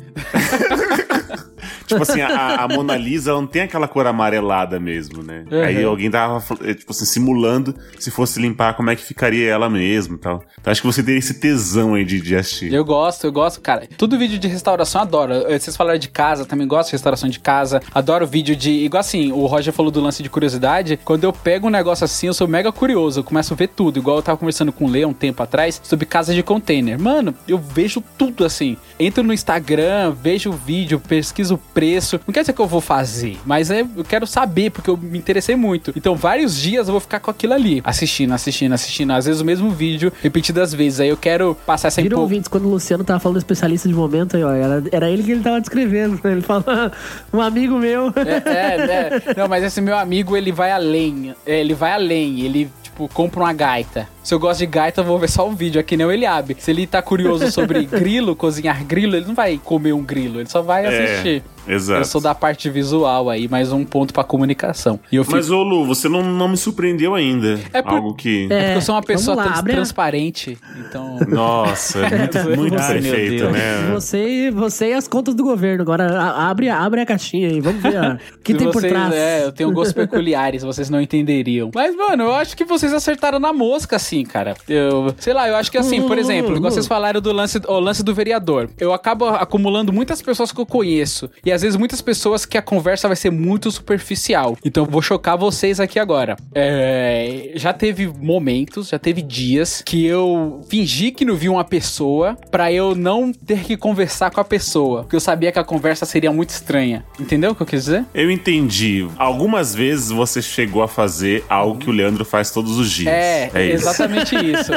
Speaker 3: Tipo assim, a, a Mona Lisa, ela não tem aquela cor amarelada mesmo, né?
Speaker 7: Uhum.
Speaker 3: Aí alguém tava, tipo assim, simulando se fosse limpar, como é que ficaria ela mesmo e tal. Então acho que você teria esse tesão aí de, de assistir.
Speaker 7: Eu gosto, eu gosto, cara. Todo vídeo de restauração eu adoro. Vocês falaram de casa, também gosto de restauração de casa. Adoro vídeo de... Igual assim, o Roger falou do lance de curiosidade. Quando eu pego um negócio assim, eu sou mega curioso. Eu começo a ver tudo. Igual eu tava conversando com o Lê um tempo atrás sobre casa de container. Mano, eu vejo tudo assim. Entro no Instagram, vejo o vídeo, pesquiso o preço. Não quer dizer que eu vou fazer, mas é, eu quero saber, porque eu me interessei muito. Então, vários dias eu vou ficar com aquilo ali. Assistindo, assistindo, assistindo. Às vezes o mesmo vídeo, repetidas vezes. Aí eu quero passar essa
Speaker 6: Viram
Speaker 7: empol-
Speaker 6: ouvintes quando o Luciano tava falando do especialista de momento aí, ó. Era, era ele que ele tava descrevendo. Ele fala, um amigo meu.
Speaker 7: É, é, é. Não, mas esse meu amigo, ele vai além. É, ele vai além. Ele, tipo, compra uma gaita. Se eu gosto de gaita, eu vou ver só um vídeo, aqui nem o Eliabe. Se ele tá curioso sobre grilo, cozinhar grilo, ele não vai comer um grilo, ele só vai assistir.
Speaker 3: É, exato.
Speaker 7: Eu sou da parte visual aí, mais um ponto pra comunicação. E eu fico...
Speaker 3: Mas, ô Lu, você não, não me surpreendeu ainda.
Speaker 7: É por-
Speaker 3: Algo que...
Speaker 7: É porque eu sou uma
Speaker 6: vamos
Speaker 7: pessoa
Speaker 6: lá,
Speaker 7: trans-
Speaker 6: abre a-
Speaker 7: transparente, então...
Speaker 3: Nossa, é muito, muito
Speaker 5: Ai, meu
Speaker 3: perfeito,
Speaker 5: Deus.
Speaker 3: né?
Speaker 6: Você, você e as contas do governo. Agora a- abre, abre a caixinha aí. Vamos ver ó, o que
Speaker 7: Se
Speaker 6: tem por
Speaker 7: vocês-
Speaker 6: trás.
Speaker 7: É, eu tenho gostos peculiares, vocês não entenderiam. Mas, mano, eu acho que vocês acertaram na mosca, assim, cara. Eu, sei lá, eu acho que assim, por exemplo, igual vocês falaram do lance, o lance do vereador. Eu acabo acumulando muitas pessoas que eu conheço. E às vezes muitas pessoas que a conversa vai ser muito superficial. Então eu vou chocar vocês aqui agora. É, já teve momentos, já teve dias que eu fingi que não vi uma pessoa pra eu não ter que conversar com a pessoa. Porque eu sabia que a conversa seria muito estranha. Entendeu o que eu quis dizer?
Speaker 3: Eu entendi. Algumas vezes você chegou a fazer algo que o Leandro faz todos os dias.
Speaker 7: É,
Speaker 3: isso.
Speaker 7: exatamente isso.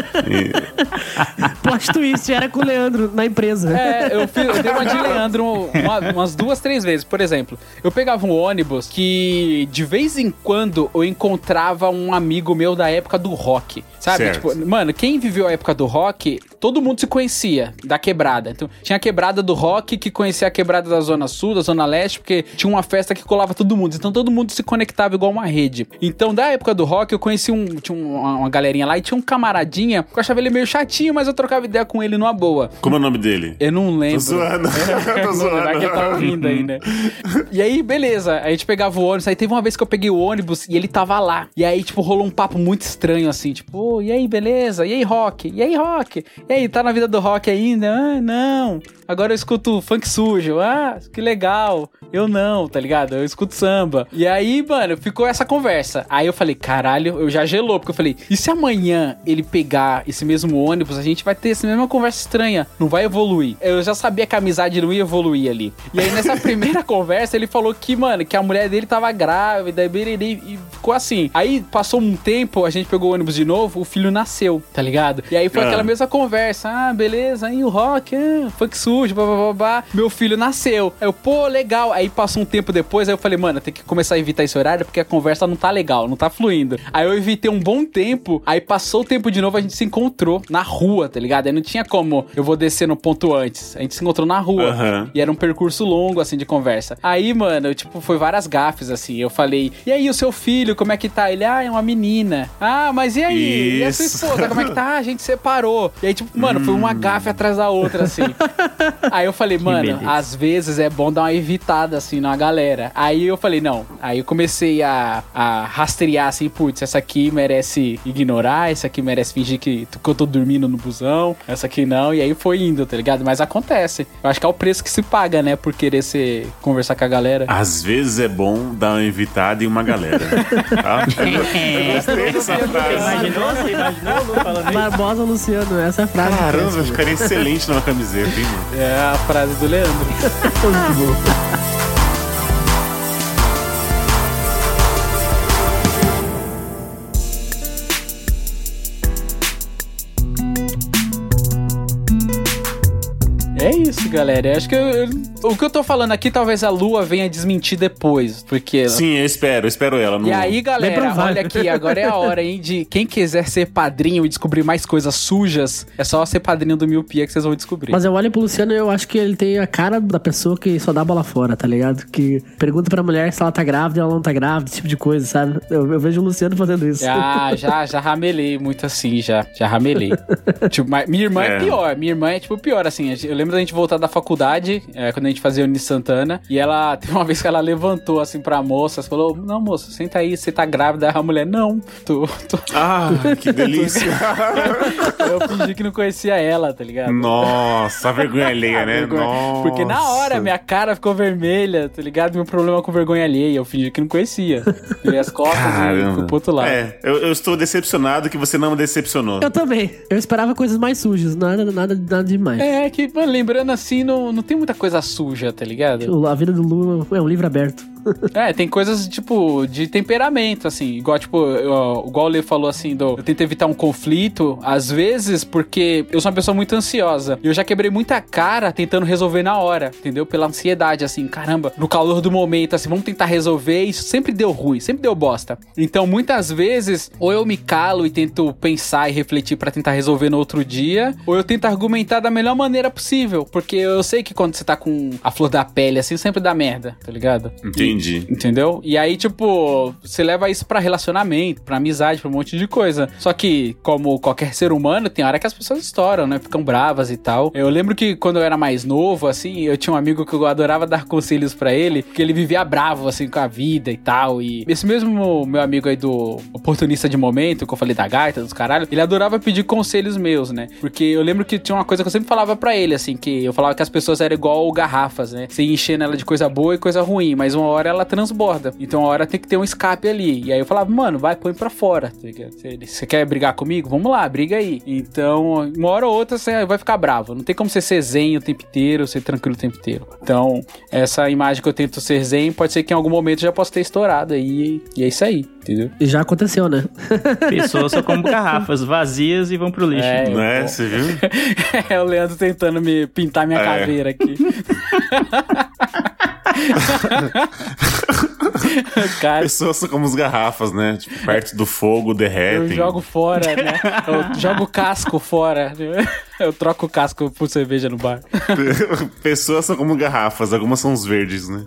Speaker 6: Plot twist, era com o Leandro na empresa.
Speaker 7: É, eu, fiz, eu dei uma de Leandro uma- umas duas, três vezes. Por exemplo, eu pegava um ônibus que de vez em quando eu encontrava um amigo meu da época do rock. Sabe?
Speaker 3: Certo.
Speaker 7: Tipo, mano, quem viveu a época do rock, todo mundo se conhecia da quebrada. Então, tinha a quebrada do rock que conhecia a quebrada da Zona Sul, da Zona Leste, porque tinha uma festa que colava todo mundo. Então, todo mundo se conectava igual uma rede. Então, da época do rock, eu conheci um, tinha uma, uma galerinha lá e tinha um camaradinha que eu achava ele meio chatinho, mas eu trocava ideia com ele numa boa.
Speaker 3: Como é o nome dele?
Speaker 7: Eu não lembro.
Speaker 3: Tô zoando. Tô zoando.
Speaker 7: Vai que tá ouvindo aí, né? E aí, beleza. A gente pegava o ônibus. Aí teve uma vez que eu peguei o ônibus e ele tava lá. E aí, tipo, rolou um papo muito estranho, assim. Tipo, oh, e aí, beleza? E aí, rock? E aí, rock? E aí, tá na vida do rock ainda? Ah, não. Agora eu escuto funk sujo. Ah, que legal. Eu não, tá ligado? Eu escuto samba. E aí, mano, ficou essa conversa. Aí eu falei, caralho, eu já gelou. Porque eu falei, e se amanhã ele pegar esse mesmo ônibus, a gente vai ter essa mesma conversa estranha. Não vai evoluir. Eu já sabia que a amizade não ia evoluir ali. E aí, nessa primeira conversa, ele falou que, mano, que a mulher dele tava grávida, e ficou assim. Aí, passou um tempo, a gente pegou o ônibus de novo, o filho nasceu, tá ligado? E aí foi
Speaker 3: Ah.
Speaker 7: aquela mesma conversa. Ah, beleza, aí o rock, ah, funk sujo, blá, blá, blá, blá. Meu filho nasceu. Aí eu, pô, legal. Aí passou um tempo depois, aí eu falei, mano, tem que começar a evitar esse horário, porque a conversa não tá legal, não tá fluindo. Aí eu evitei um bom tempo, aí passou o tempo de novo, a gente se encontrou na rua, tá ligado? Aí não tinha como eu vou descer no ponto antes. A gente se encontrou na rua.
Speaker 3: Aham.
Speaker 7: E era um percurso longo, assim, de conversa. Aí, mano, eu, tipo, foi várias gafes, assim. Eu falei, e aí, o seu filho, como é que tá? Ele, ah, é uma menina. Ah, mas e aí? E a sua
Speaker 3: Isso.
Speaker 7: esposa, como é que tá? Ah, a gente separou. E aí, tipo, mano, foi uma gafe atrás da outra, assim. Aí eu falei, mano,
Speaker 5: beleza.
Speaker 7: às vezes é bom dar uma evitada, assim, na galera. Aí eu falei, não. Aí eu comecei a, a rastrear, assim, putz, essa aqui merece ignorar, essa aqui merece fingir que, que eu tô dormindo no busão, essa aqui não. E aí foi indo, tá ligado? Mas acontece. Eu acho que é o preço que se paga, né, por querer ser, conversar com a galera.
Speaker 3: Às vezes é bom dar uma evitada em uma galera. Tá? Eu gostei dessa
Speaker 5: Você
Speaker 3: frase.
Speaker 5: imaginou? Você imaginou, Lu, falando isso?
Speaker 6: Barbosa Luciano, essa é a frase.
Speaker 3: Caramba,
Speaker 6: péssima.
Speaker 3: ficaria excelente numa camiseta, hein, mano?
Speaker 7: É a frase do Leandro.
Speaker 6: Muito bom.
Speaker 7: É isso, galera. Eu acho que eu, eu, o que eu tô falando aqui, talvez a Lua venha desmentir depois, porque...
Speaker 3: Sim, eu espero, eu espero ela. Não...
Speaker 7: E aí,
Speaker 6: Bem
Speaker 7: galera,
Speaker 6: provável.
Speaker 7: olha aqui, agora é a hora, hein, de quem quiser ser padrinho e descobrir mais coisas sujas, é só ser padrinho do Miopia que vocês vão descobrir.
Speaker 6: Mas eu olho pro Luciano e eu acho que ele tem a cara da pessoa que só dá bola fora, tá ligado? Que pergunta pra mulher se ela tá grávida e ela não tá grávida, esse tipo de coisa, sabe? Eu, eu vejo o Luciano fazendo isso.
Speaker 7: Já, já, já ramelei muito assim, já, já ramelei. Tipo, mas minha irmã é.
Speaker 3: É.
Speaker 7: pior, minha irmã é tipo pior, assim, eu lembro da gente voltar da faculdade, é, quando a gente fazia Uni Santana, e ela, teve uma vez que ela levantou assim pra moça, falou, não moça, senta aí, você tá grávida, a mulher, não, tô, tô...
Speaker 3: Ah, que delícia.
Speaker 7: Eu fingi que não conhecia ela, tá ligado?
Speaker 3: Nossa, a vergonha alheia, né?
Speaker 7: Vergonha.
Speaker 3: Nossa.
Speaker 7: Porque na hora minha cara ficou vermelha, tá ligado? Meu problema com vergonha alheia, eu fingi que não conhecia. Virei as costas e fui pro outro lado.
Speaker 3: É, eu, eu estou decepcionado que você não me decepcionou.
Speaker 6: Eu também. Eu esperava coisas mais sujas, nada, nada, nada demais.
Speaker 7: É, que, mano, lembrando assim, não, não tem muita coisa suja, tá ligado?
Speaker 6: A vida do Lu é um livro aberto.
Speaker 7: É, tem coisas, tipo, de temperamento, assim. Igual, tipo, eu, igual o Lê falou, assim, do, eu tento evitar um conflito, às vezes, porque eu sou uma pessoa muito ansiosa. E eu já quebrei muita cara tentando resolver na hora, entendeu? Pela ansiedade, assim, caramba, no calor do momento, assim, vamos tentar resolver. Isso sempre deu ruim, sempre deu bosta. Então, muitas vezes, ou eu me calo e tento pensar e refletir pra tentar resolver no outro dia, ou eu tento argumentar da melhor maneira possível. Porque eu sei que quando você tá com a flor da pele, assim, sempre dá merda, tá ligado?
Speaker 3: Entendi.
Speaker 7: Entendeu? E aí, tipo, você leva isso pra relacionamento, pra amizade, pra um monte de coisa. Só que, como qualquer ser humano, tem hora que as pessoas estouram, né? Ficam bravas e tal. Eu lembro que quando eu era mais novo, assim, eu tinha um amigo que eu adorava dar conselhos pra ele, porque ele vivia bravo, assim, com a vida e tal. E esse mesmo meu amigo aí do oportunista de momento, que eu falei da gaita, dos caralho, ele adorava pedir conselhos meus, né? Porque eu lembro que tinha uma coisa que eu sempre falava pra ele, assim, que eu falava que as pessoas eram igual garrafas, né? Você ia enchendo ela de coisa boa e coisa ruim, mas uma hora ela transborda. Então a hora tem que ter um escape ali. E aí eu falava, mano, vai, põe pra fora. Você quer brigar comigo? Vamos lá, briga aí. Então, uma hora ou outra você vai ficar bravo. Não tem como você ser zen o tempo inteiro, ser tranquilo o tempo inteiro. Então, essa imagem que eu tento ser zen, pode ser que em algum momento já possa ter estourado aí. E é isso aí, entendeu?
Speaker 6: E já aconteceu, né?
Speaker 5: Pessoas são como garrafas, vazias e vão pro lixo.
Speaker 7: É,
Speaker 3: Não é?
Speaker 7: eu-
Speaker 3: Você viu?
Speaker 7: É o Leandro tentando me pintar minha
Speaker 3: É.
Speaker 7: caveira aqui. Cara,
Speaker 3: Pessoas são como as garrafas, né? Tipo, perto do fogo,
Speaker 7: eu
Speaker 3: derretem.
Speaker 7: jogo fora, né? Eu jogo o casco fora. Eu troco o casco por cerveja no bar.
Speaker 3: Pessoas são como garrafas, algumas são os verdes, né?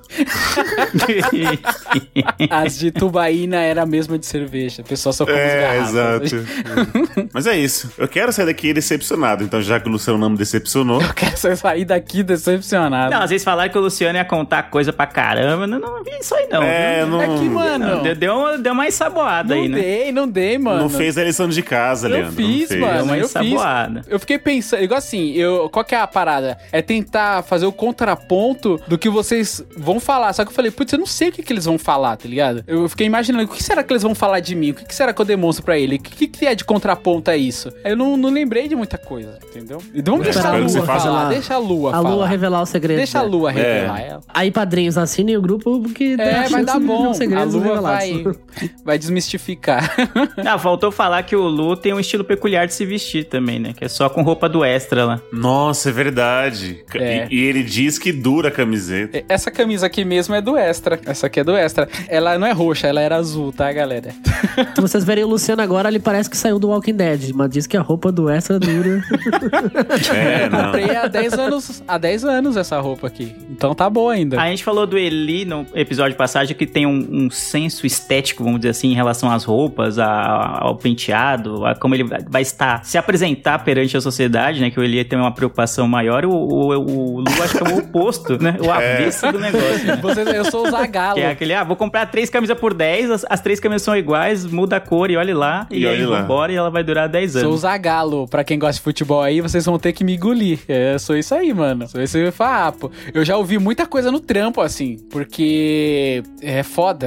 Speaker 7: As de tubaína era a mesma de cerveja. O pessoal só come as
Speaker 3: É,
Speaker 7: garrafas.
Speaker 3: exato. Mas é isso. Eu quero sair daqui decepcionado. Então, já que o Luciano não me decepcionou,
Speaker 7: Eu quero sair daqui decepcionado.
Speaker 5: Não, às vezes falaram que o Luciano ia contar coisa pra caramba. Não, não vi isso aí, não.
Speaker 3: é,
Speaker 5: viu?
Speaker 3: não,
Speaker 7: É que, mano,
Speaker 5: Deu, deu, uma, deu uma ensaboada
Speaker 7: não
Speaker 5: aí, né?
Speaker 7: dei, não dei, mano.
Speaker 3: não fez a lição de casa,
Speaker 7: Eu
Speaker 3: Leandro.
Speaker 7: fiz,
Speaker 3: não fez.
Speaker 7: mano.
Speaker 5: Deu uma
Speaker 7: eu fiz.
Speaker 5: ensaboada.
Speaker 7: Eu fiquei pensando, igual assim, eu, qual que é a parada? É tentar fazer o contraponto do que vocês vão falar. Só que eu falei, putz, eu não sei o que, que eles vão falar, tá ligado? Eu fiquei imaginando, o que será que eles vão falar de mim? O que, que será que eu demonstro pra ele? O que, que, que é de contraponto a isso? Aí eu não, não lembrei de muita coisa, entendeu? E vamos
Speaker 3: É,
Speaker 7: deixar a
Speaker 3: espero que
Speaker 7: Lua
Speaker 3: você faça
Speaker 7: falar,
Speaker 6: lá.
Speaker 7: deixa a Lua
Speaker 6: A
Speaker 7: falar.
Speaker 6: Lua revelar o segredo.
Speaker 7: Deixa a
Speaker 6: né?
Speaker 7: Lua revelar ela.
Speaker 6: Aí, padrinhos, assinem o grupo porque tem a
Speaker 7: É, vai
Speaker 6: chance
Speaker 7: dar
Speaker 6: de
Speaker 7: bom.
Speaker 6: os
Speaker 7: A
Speaker 6: segredos
Speaker 7: Lua
Speaker 6: revelados.
Speaker 7: vai, vai desmistificar.
Speaker 5: Ah, faltou falar que o Lu tem um estilo peculiar de se vestir também, né? Que é só com roupa do Extra lá.
Speaker 3: Nossa, é verdade.
Speaker 7: É.
Speaker 3: E, e ele diz que dura a camiseta.
Speaker 7: Essa camisa aqui mesmo é do Extra. Essa aqui é do Extra. Ela não é roxa, ela era azul, tá, galera?
Speaker 6: Se vocês verem o Luciano agora, ele parece que saiu do Walking Dead, mas diz que a roupa do Extra dura.
Speaker 3: É, não.
Speaker 7: Comprei há dez anos, há dez anos essa roupa aqui. Então tá boa ainda.
Speaker 5: A gente falou do Eli no episódio passado, que tem um, um senso estético, vamos dizer assim, em relação às roupas, a- ao penteado, a como ele vai estar, se apresentar perante a sociedade, né? Que o Eli tem uma preocupação maior. O, o, o Lu acho que é o oposto, né? O avesso do negócio. Né?
Speaker 7: Vocês, eu sou o Zagalo.
Speaker 5: Que é aquele, ah, vou comprar três camisas por dez, as, as três camisas são iguais, muda a cor e olhe lá. E,
Speaker 3: E
Speaker 5: aí
Speaker 3: olhe lá.
Speaker 5: vambora e ela vai durar dez
Speaker 7: Sou o
Speaker 5: anos.
Speaker 7: Zagalo. Pra quem gosta de futebol aí, vocês vão ter que me engolir. É, eu sou isso aí, mano. Sou esse farrapo. Eu já ouvi muita coisa no trampo, assim, porque é foda.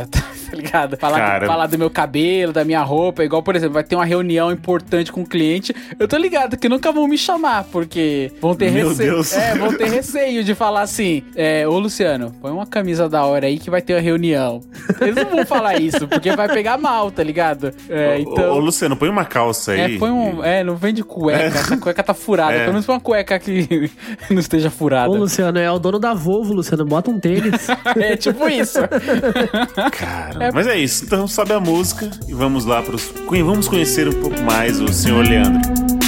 Speaker 7: tá ligado? Falar,
Speaker 3: Cara...
Speaker 7: falar do meu cabelo, da minha roupa, igual, por exemplo, vai ter uma reunião importante com o cliente, eu tô ligado que nunca vão me chamar, porque vão ter
Speaker 3: Meu
Speaker 7: receio.
Speaker 3: Deus.
Speaker 7: É, vão ter receio de falar assim, é, ô Luciano, põe uma camisa da hora aí que vai ter uma reunião. Eles não vão falar isso, porque vai pegar mal, tá ligado? É,
Speaker 3: ô,
Speaker 7: então...
Speaker 3: ô, Luciano, põe uma calça aí.
Speaker 7: É, põe um... É, não vem de cueca,
Speaker 3: É.
Speaker 7: essa cueca tá furada,
Speaker 3: É.
Speaker 7: pelo menos põe uma cueca que não esteja furada.
Speaker 6: Ô, Luciano, é o dono da Volvo, Luciano. Bota um tênis.
Speaker 7: É tipo isso.
Speaker 3: Cara, mas é isso. Então sobe a música e vamos lá pros... Vamos conhecer um pouco mais o senhor Leandro.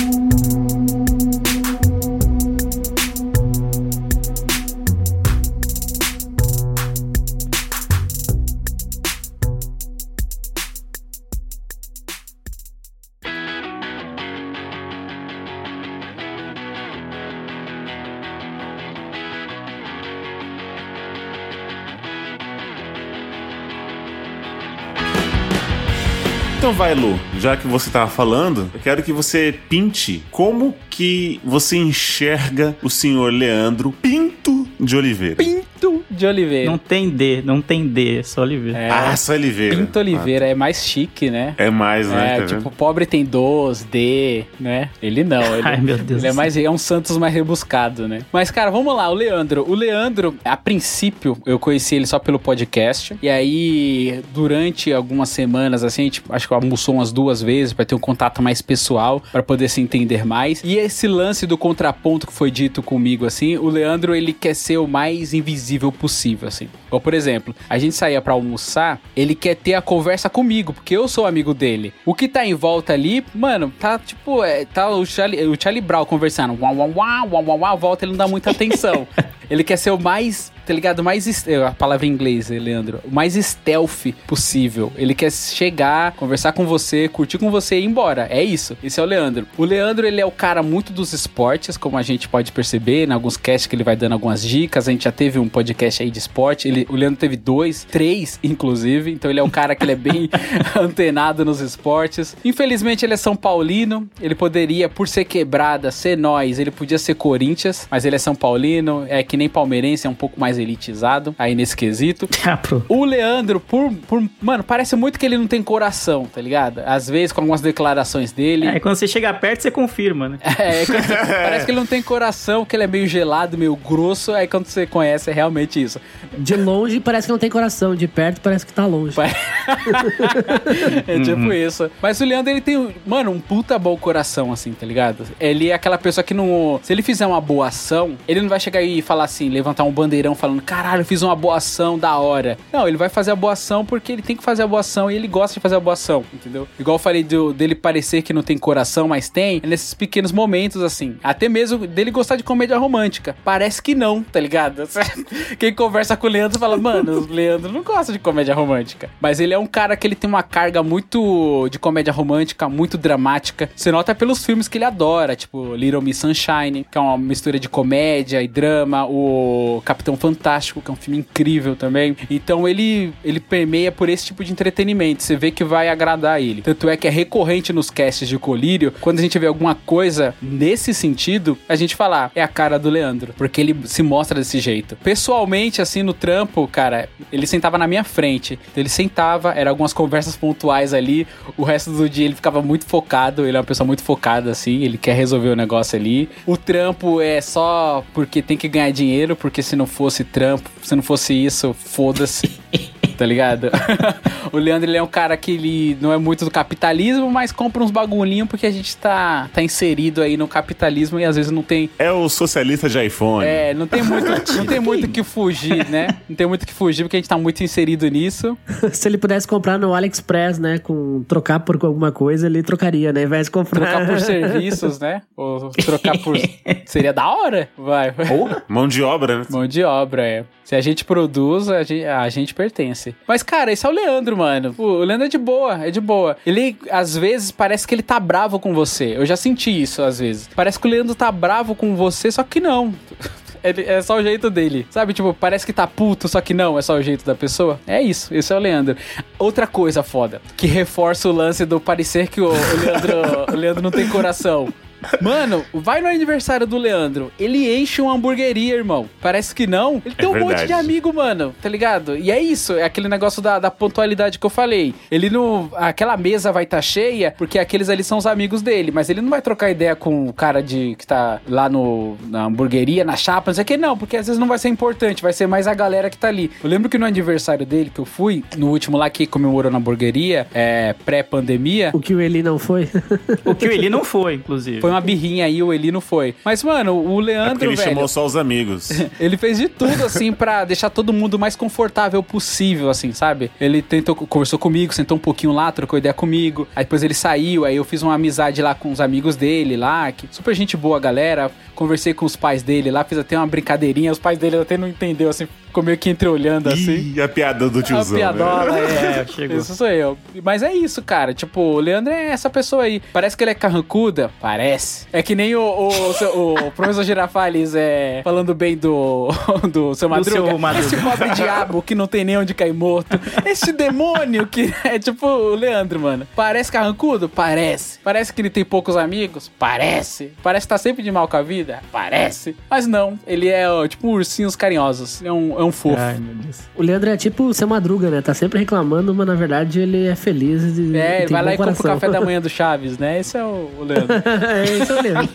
Speaker 3: Então vai, Lu, já que você tava falando, eu quero que você pinte como que você enxerga o senhor Leandro Pinto de Oliveira.
Speaker 7: Pinto de Oliveira.
Speaker 5: Não tem D, não tem D, é só Oliveira.
Speaker 7: É,
Speaker 3: Ah, só Oliveira.
Speaker 7: Pinto Oliveira é mais chique, né?
Speaker 3: É mais, né?
Speaker 7: É,
Speaker 3: Tá
Speaker 7: tipo,
Speaker 3: vendo?
Speaker 7: pobre tem dois, D, né? Ele não. Ele,
Speaker 5: Ai, meu Deus
Speaker 7: ele é
Speaker 5: do
Speaker 7: mais, é um Santos mais rebuscado, né? Mas, cara, vamos lá, o Leandro. O Leandro, a princípio, eu conheci ele só pelo podcast. E aí, durante algumas semanas, assim, tipo, acho que almoçou umas duas vezes pra ter um contato mais pessoal, pra poder se entender mais. E esse lance do contraponto que foi dito comigo, assim, o Leandro, ele quer ser o mais invisível possível, assim. Ou, por exemplo, a gente saía pra almoçar, ele quer ter a conversa comigo, porque eu sou amigo dele. O que tá em volta ali, mano, tá tipo, é, tá o Charlie, o Charlie Brown conversando, uau, uau, uau, uau, uau, uau, volta, ele não dá muita atenção. Ele quer ser o mais, tá ligado? Mais, a palavra em inglês, Leandro, o mais stealth possível. Ele quer chegar, conversar com você, curtir com você e ir embora. É isso. Esse é o Leandro. O Leandro, ele é o cara muito dos esportes, como a gente pode perceber, em alguns casts que ele vai dando algumas dicas. A gente já teve um podcast aí de esporte. Ele, o Leandro teve dois, três, inclusive. Então ele é um cara que ele é bem antenado nos esportes. Infelizmente, ele é São Paulino. Ele poderia, por ser quebrada, ser nós. Ele podia ser Corinthians, mas ele é São Paulino. É que nem palmeirense, é um pouco mais elitizado aí nesse quesito.
Speaker 5: Ah, pro...
Speaker 7: O Leandro, por, por... Mano, parece muito que ele não tem coração, tá ligado? Às vezes, com algumas declarações dele...
Speaker 5: É, quando você chega perto, você confirma, né?
Speaker 7: É, quando você... parece que ele não tem coração, que ele é meio gelado, meio grosso. Aí quando você conhece, é realmente isso.
Speaker 6: De longe parece que não tem coração, de perto parece que tá longe.
Speaker 7: É tipo uhum. isso. Mas o Leandro, ele tem, mano, um puta bom coração, assim, tá ligado? Ele é aquela pessoa que não... Se ele fizer uma boa ação, ele não vai chegar aí e falar assim, levantar um bandeirão falando, caralho, eu fiz uma boa ação, da hora. Não, ele vai fazer a boa ação porque ele tem que fazer a boa ação e ele gosta de fazer a boa ação, entendeu? Igual eu falei do, dele parecer que não tem coração, mas tem, é nesses pequenos momentos, assim. Até mesmo dele gostar de comédia romântica. Parece que não, tá ligado? Quem conversa com o Leandro fala, mano, o Leandro não gosta de comédia romântica. Mas ele é um cara que ele tem uma carga muito de comédia romântica, muito dramática. Você nota pelos filmes que ele adora, tipo Little Miss Sunshine, que é uma mistura de comédia e drama, o Capitão Fantástico, que é um filme incrível também. Então ele, ele permeia por esse tipo de entretenimento. Você vê que vai agradar ele. Tanto é que é recorrente nos casts de Colírio, quando a gente vê alguma coisa nesse sentido, a gente fala, ah, é a cara do Leandro, porque ele se mostra desse jeito. Pessoalmente, assim, no trampo, cara, ele sentava na minha frente. Então, ele sentava, eram algumas conversas pontuais ali, o resto do dia ele ficava muito focado, ele é uma pessoa muito focada, assim, ele quer resolver o negócio ali. O trampo é só porque tem que ganhar dinheiro, porque se não fosse trampo, se não fosse isso, foda-se. Tá ligado? O Leandro, ele é um cara que ele não é muito do capitalismo, mas compra uns bagulhinhos porque a gente tá, tá inserido aí no capitalismo e às vezes não tem...
Speaker 3: É o socialista de iPhone.
Speaker 7: É, não tem muito não tem muito que fugir, né? Não tem muito que fugir porque a gente tá muito inserido nisso.
Speaker 6: Se ele pudesse comprar no AliExpress, né, com trocar por alguma coisa, ele trocaria, né, ao invés de comprar...
Speaker 7: Trocar por serviços, né? Ou trocar por... Seria da hora? Vai.
Speaker 3: Porra, mão de obra, né?
Speaker 7: Mão de obra, é. Se a gente produz, a gente, a gente pertence. Mas, cara, esse é o Leandro, mano. O Leandro é de boa, é de boa. Ele, às vezes, parece que ele tá bravo com você. Eu já senti isso, às vezes. Parece que o Leandro tá bravo com você, só que não. Ele, é só o jeito dele. Sabe, tipo, parece que tá puto, só que não, é só o jeito da pessoa. É isso, esse é o Leandro. Outra coisa foda, que reforça o lance do parecer que o, o, Leandro, o Leandro não tem coração. Mano, vai no aniversário do Leandro, ele enche uma hamburgueria, irmão. Parece que não. Ele tem
Speaker 3: É
Speaker 7: um
Speaker 3: verdade.
Speaker 7: monte de amigo, mano, tá ligado? E é isso, é aquele negócio da, da pontualidade que eu falei. Ele não... Aquela mesa vai estar cheia, porque aqueles ali são os amigos dele, mas ele não vai trocar ideia com o cara de, que tá lá no, na hamburgueria, na chapa, não sei o que, não, porque às vezes não vai ser importante, vai ser mais a galera que tá ali. Eu lembro que no aniversário dele, que eu fui, no último lá que comemorou na hamburgueria, é, pré-pandemia,
Speaker 6: O que o Eli não foi.
Speaker 5: O que o Eli não foi, inclusive.
Speaker 7: foi uma birrinha aí, o Eli não foi. Mas, mano, o
Speaker 3: É
Speaker 7: Leandro,
Speaker 3: porque ele
Speaker 7: velho,
Speaker 3: chamou só os amigos.
Speaker 7: ele fez de tudo, assim, pra deixar todo mundo o mais confortável possível, assim, sabe? Ele tentou, conversou comigo, sentou um pouquinho lá, trocou ideia comigo. Aí depois ele saiu, aí eu fiz uma amizade lá com os amigos dele lá, que super gente boa, galera. Conversei com os pais dele lá, fiz até uma brincadeirinha. Os pais dele até não entendeu, assim, ficou meio que entreolhando, assim.
Speaker 3: Ih, a piada do tiozão.
Speaker 7: A piadola,
Speaker 3: né?
Speaker 7: é,
Speaker 5: chegou.
Speaker 7: Isso sou eu. Mas é isso, cara. Tipo, o Leandro é essa pessoa aí. Parece que ele é carrancuda? Parece. É que nem o, o, o, o professor Girafales é, falando bem do, do seu Madruga.
Speaker 5: seu Madruga.
Speaker 7: Esse pobre diabo que não tem nem onde cair morto. Esse demônio que é tipo o Leandro, mano. Parece carrancudo? Parece. Parece que ele tem poucos amigos? Parece. Parece que tá sempre de mal com a vida? Parece. Mas não. Ele é ó, tipo ursinhos carinhosos. Ele é um, é um fofo.
Speaker 5: Ai, meu Deus.
Speaker 6: O Leandro é tipo o seu Madruga, né? Tá sempre reclamando, mas na verdade ele é feliz. E,
Speaker 7: É,
Speaker 6: e
Speaker 7: ele
Speaker 6: tem
Speaker 7: vai lá
Speaker 6: bom
Speaker 7: e compra o
Speaker 6: coração.
Speaker 7: café da manhã do Chaves, né? Esse é o, o Leandro.
Speaker 6: É, esse é o Leandro.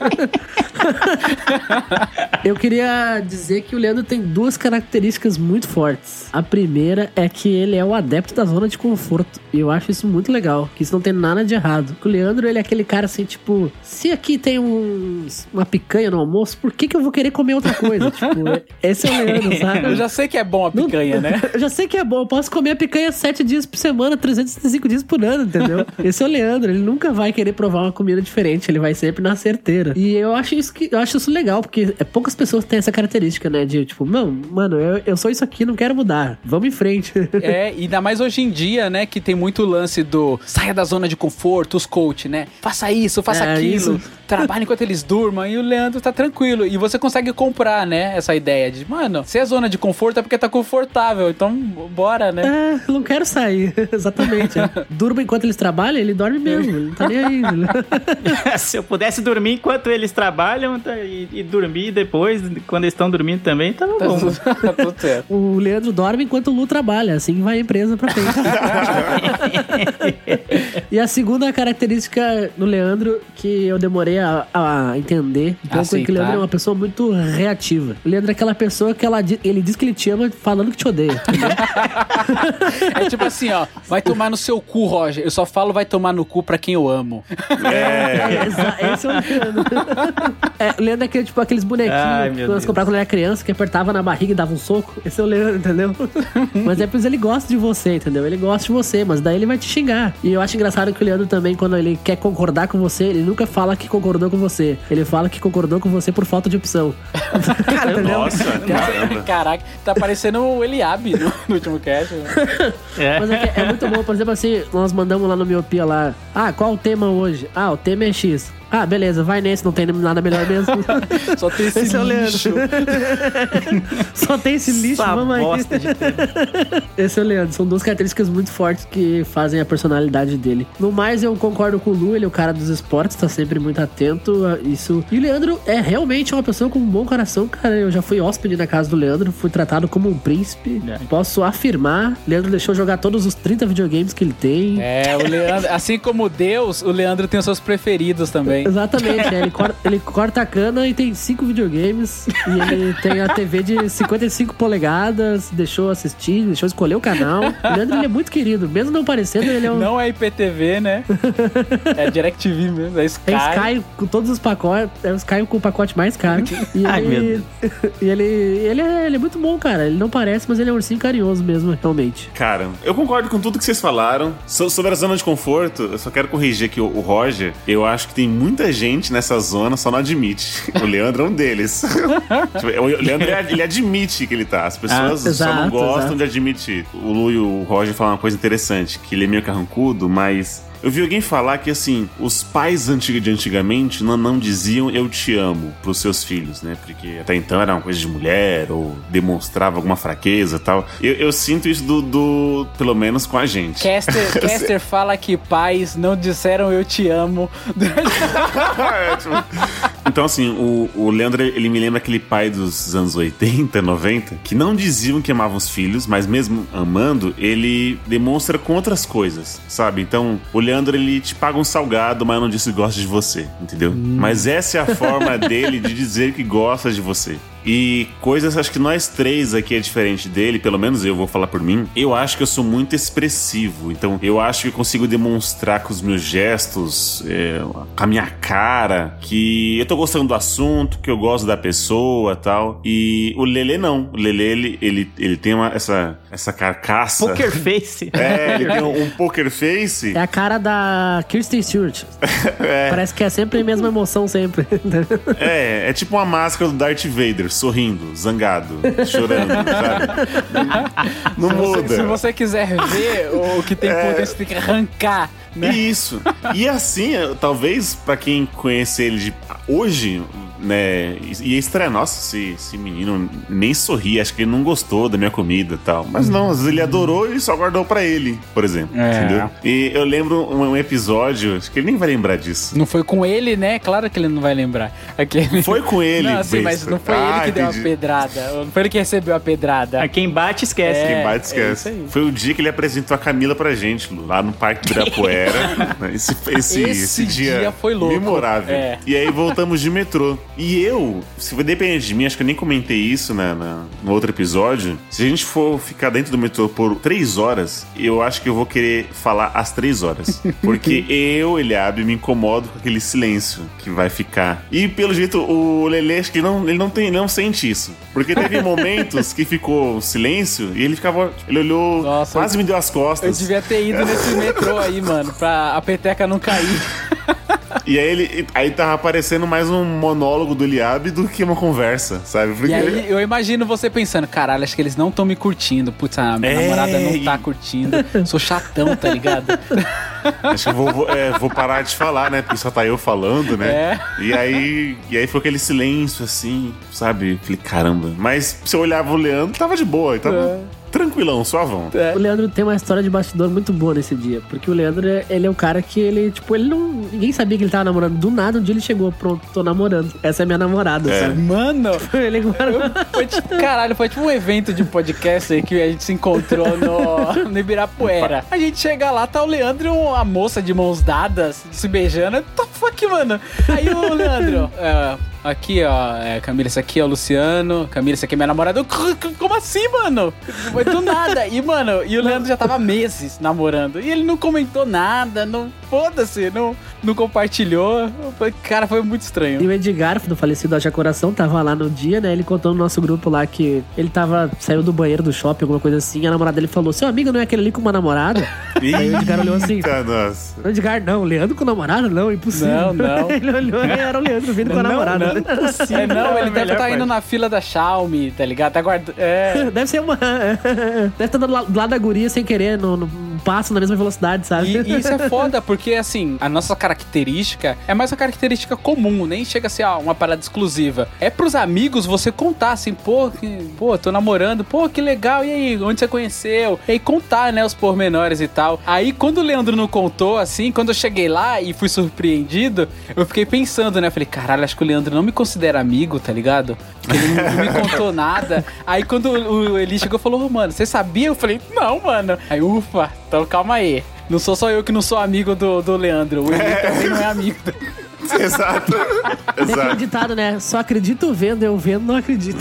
Speaker 6: Eu queria dizer que o Leandro tem duas características muito fortes. A primeira é que ele é o adepto da zona de conforto. E eu acho isso muito legal, que isso não tem nada de errado. O Leandro, ele é aquele cara assim, tipo, se aqui tem uns, uma picanha no almoço, por que que eu vou querer comer outra coisa? Tipo, esse é o Leandro, sabe?
Speaker 7: Eu já sei que é bom a picanha, né?
Speaker 6: Eu já sei que é bom, eu posso comer a picanha sete dias por semana, trezentos e sessenta e cinco dias por ano, entendeu? Esse é o Leandro, ele nunca vai querer provar uma comida diferente, ele vai sempre na certeira. E eu acho isso, que, eu acho isso legal, porque é, poucas pessoas têm essa característica, né? De tipo, não, mano, eu, eu sou isso aqui, não quero mudar, vamos em frente.
Speaker 7: É, e ainda mais hoje em dia, né, que tem muito lance do saia da zona de conforto, os coach, né? Faça isso, faça
Speaker 6: É,
Speaker 7: aquilo,
Speaker 6: isso.
Speaker 7: trabalhe enquanto eles durmam, e o Leandro tá tranquilo. E você consegue comprar, né, essa ideia de, mano, se é zona de conforto é porque tá confortável, então bora, né?
Speaker 6: É, eu não quero sair, exatamente. Durma enquanto eles trabalham, ele dorme mesmo, ele não tá nem aí.
Speaker 5: Se eu pudesse dormir enquanto eles trabalham tá, e, e dormir depois, quando eles estão dormindo também, tá bom.
Speaker 7: Tá tudo, tá tudo certo.
Speaker 6: O Leandro dorme enquanto o Lu trabalha, assim vai a empresa pra frente. E a segunda característica do Leandro que eu demorei a, a entender um pouco é que o Leandro é uma pessoa muito reativa. O Leandro é aquela pessoa que ela, ele diz que ele te ama falando que te odeia.
Speaker 7: É tipo assim, ó, vai tomar no seu cu, Roger. Eu só falo vai tomar no cu pra quem eu amo.
Speaker 3: É.
Speaker 6: Exa- Esse é o Leandro. É, o Leandro é aquele, tipo, aqueles bonequinhos
Speaker 5: Ai,
Speaker 6: que
Speaker 5: meu
Speaker 6: nós
Speaker 5: Deus.
Speaker 6: comprava quando era criança, que apertava na barriga e dava um soco. Esse é o Leandro, entendeu? Mas é porque ele gosta de você, entendeu? Ele gosta de você, mas daí ele vai te xingar. E eu acho engraçado que o Leandro também, quando ele quer concordar com você, ele nunca fala que concordou com você. Ele fala que concordou com você por falta de opção. Entendeu?
Speaker 3: Nossa, caramba.
Speaker 7: Caraca, tá parecendo o Eliabe no, no último cast. Né?
Speaker 5: É.
Speaker 6: Mas é, que é muito bom, por exemplo assim, nós mandamos lá no Miopia lá, ah, qual o tema hoje? Ah, o tema é X. Ah, beleza, vai nesse, não tem nada melhor mesmo.
Speaker 7: Só tem esse,
Speaker 6: Esse é o
Speaker 7: lixo.
Speaker 6: Só tem esse lixo,
Speaker 5: Essa
Speaker 6: vamos aí.
Speaker 5: bosta de tema.
Speaker 6: Esse é o Leandro, são duas características muito fortes que fazem a personalidade dele. No mais, eu concordo com o Lu, ele é o cara dos esportes, tá sempre muito atento a isso. E o Leandro é realmente uma pessoa com um bom coração, cara. Eu já fui hóspede na casa do Leandro, fui tratado como um príncipe.
Speaker 5: É.
Speaker 6: Posso afirmar, Leandro deixou jogar todos os trinta videogames que ele tem.
Speaker 7: É, o Leandro, assim como Deus, o Leandro tem os seus preferidos também.
Speaker 6: Exatamente, é, ele, corta, ele corta a cana e tem cinco videogames. E ele tem a T V de cinquenta e cinco polegadas, deixou assistir, deixou escolher o canal. O Leandro, ele é muito querido, mesmo não parecendo, ele é um...
Speaker 7: Não é I P T V, né? É DirecTV mesmo, é Sky.
Speaker 6: É Sky com todos os pacotes, é o Sky com o pacote mais caro. E
Speaker 5: Ai,
Speaker 6: ele,
Speaker 5: meu
Speaker 6: E ele, ele, é, ele é muito bom, cara. Ele não parece, mas ele é um ursinho carinhoso mesmo, realmente.
Speaker 3: Cara, eu concordo com tudo que vocês falaram. So- sobre a zona de conforto, eu só quero corrigir aqui o, o Roger. Eu acho que tem muita gente nessa zona, só não admite. O Leandro é um deles. Tipo, o Leandro, ele, ele admite que ele tá. As pessoas
Speaker 6: Ah,
Speaker 3: só não
Speaker 6: exato,
Speaker 3: gostam
Speaker 6: exato.
Speaker 3: de admitir. O Lu e o Roger falaram uma coisa interessante, que ele é meio carrancudo, mas... Eu vi alguém falar que, assim, os pais antigos de antigamente não, não diziam eu te amo pros seus filhos, né? Porque até então era uma coisa de mulher ou demonstrava alguma fraqueza e tal. Eu, eu sinto isso do, do... pelo menos com a gente.
Speaker 7: Caster, Caster fala que pais não disseram eu te amo.
Speaker 3: É, tipo... Então, assim, o, o Leandro, ele me lembra aquele pai dos anos oitenta, noventa, que não diziam que amavam os filhos, mas mesmo amando, ele demonstra com outras coisas, sabe? Então, o Leandro, ele te paga um salgado, mas não diz que gosta de você, entendeu? Hum. Mas essa é a forma dele de dizer que gosta de você. E coisas, acho que nós três aqui é diferente dele, pelo menos eu vou falar por mim. Eu acho que eu sou muito expressivo, então eu acho que eu consigo demonstrar com os meus gestos, é, com a minha cara, que eu tô gostando do assunto, que eu gosto da pessoa e tal. E o Lelê não. O Lelê, ele, ele, ele tem uma, essa, essa carcaça.
Speaker 5: Poker face.
Speaker 3: É, ele tem um, um poker face.
Speaker 6: É a cara da Kristen Stewart. É. Parece que é sempre a mesma emoção, sempre.
Speaker 3: É, é tipo uma máscara do Darth Vader, sorrindo, zangado, chorando, sabe? Não
Speaker 7: se
Speaker 3: muda.
Speaker 7: Você, se você quiser ver o que tem por dentro, você tem que arrancar, né?
Speaker 3: Isso. E assim, talvez pra quem conhece ele de hoje, né, e é estranho, nossa, esse, esse menino nem sorri, acho que ele não gostou da minha comida e tal. Mas não, às vezes ele adorou e só guardou pra ele, por exemplo, é. Entendeu? E eu lembro um, um episódio, acho que ele nem vai lembrar disso.
Speaker 7: Não foi com ele, né? Claro que ele não vai lembrar. Aquele...
Speaker 3: Foi com ele,
Speaker 7: não, assim, mas não foi ah, ele que entendi. deu a pedrada. Não foi ele que recebeu a pedrada.
Speaker 5: A quem bate, esquece.
Speaker 7: É,
Speaker 3: quem bate, esquece. É foi o dia que ele apresentou a Camila pra gente, lá no Parque Ibirapuera. esse, esse, esse, esse dia, dia foi louco. Memorável. É. E aí voltamos de metrô. E eu, se for depender de mim, acho que eu nem comentei isso na, na, no outro episódio. Se a gente for ficar dentro do metrô por três horas, eu acho que eu vou querer falar às três horas. Porque eu, Eliabe, me incomodo com aquele silêncio que vai ficar. E pelo jeito, o Lelê, acho que ele não, ele não, tem, ele não sente isso. Porque teve momentos que ficou silêncio e ele ficava. Ele olhou, Nossa, quase eu, me deu as costas.
Speaker 7: Eu devia ter ido nesse metrô aí, mano, pra a peteca não cair.
Speaker 3: E aí ele aí tava aparecendo mais um monólogo do Eliabe do que uma conversa, sabe? Porque...
Speaker 7: E aí eu imagino você pensando, caralho, acho que eles não estão me curtindo. Putz, a minha é... namorada não tá curtindo. Sou chatão, tá ligado?
Speaker 3: Acho que eu vou, vou, é, vou parar de falar, né? Porque só tá eu falando, né?
Speaker 7: É.
Speaker 3: E aí, e aí foi aquele silêncio, assim, sabe? Falei, caramba. Mas se eu olhava o Leandro, tava de boa, tava... É. Tranquilão, suavão.
Speaker 6: É. O Leandro tem uma história de bastidor muito boa nesse dia. Porque o Leandro, ele é um cara que ele, tipo, ele não... Ninguém sabia que ele tava namorando. Do nada, um dia ele chegou, pronto, tô namorando. Essa é minha namorada,
Speaker 3: é.
Speaker 6: sabe?
Speaker 7: Mano!
Speaker 6: ele agora...
Speaker 7: Foi tipo, caralho, foi tipo um evento de podcast aí que a gente se encontrou no, no Ibirapuera. A gente chega lá, tá o Leandro e a moça de mãos dadas, se beijando. What the fuck, mano? Aí o Leandro... É, aqui, ó, é, Camila, esse aqui é o Luciano. Camila, esse aqui é minha namorada. Como assim, mano? Foi do nada. E, mano, e o Leandro já tava meses namorando. E ele não comentou nada, não... Foda-se, não, não compartilhou. Foi, cara, foi muito estranho.
Speaker 6: E o Edgar, do falecido Haja Coração, tava lá no dia, né? Ele contou no nosso grupo lá que ele tava... Saiu do banheiro do shopping, alguma coisa assim. E a namorada dele falou, seu amigo não é aquele ali com uma namorada? Aí o Edgar olhou assim...
Speaker 3: Nossa.
Speaker 6: O Edgar, não. Leandro com namorada? Não, impossível.
Speaker 7: Não, não.
Speaker 6: Ele olhou e era o Leandro vindo com a
Speaker 7: não,
Speaker 6: namorada.
Speaker 7: Não, não, é, não, ele deve estar tá indo na fila da Xiaomi, tá ligado? Tá guardando... É.
Speaker 6: Deve ser uma... Deve estar do lado da guria sem querer, no, no passo na mesma velocidade, sabe?
Speaker 7: E, e isso é foda, porque assim, a nossa característica é mais uma característica comum, nem chega a ser ó, uma parada exclusiva. É pros amigos você contar assim, pô, que, pô, tô namorando, pô, que legal, e aí, onde você conheceu? E aí contar, né, os pormenores e tal. Aí quando o Leandro não contou, assim, quando eu cheguei lá e fui surpreendido, eu fiquei pensando, né, falei, caralho, acho que o Leandro não me considera amigo, tá ligado? Porque ele não, não me contou nada. Aí quando o, o Eli chegou e falou, oh, mano, você sabia? Eu falei, não, mano. Aí, ufa, então calma aí. Não sou só eu que não sou amigo do, do Leandro. O Eli é. também não é amigo do...
Speaker 3: Exato. Exato.
Speaker 6: Tem ditado, né? Só acredito vendo, eu vendo, não acredito.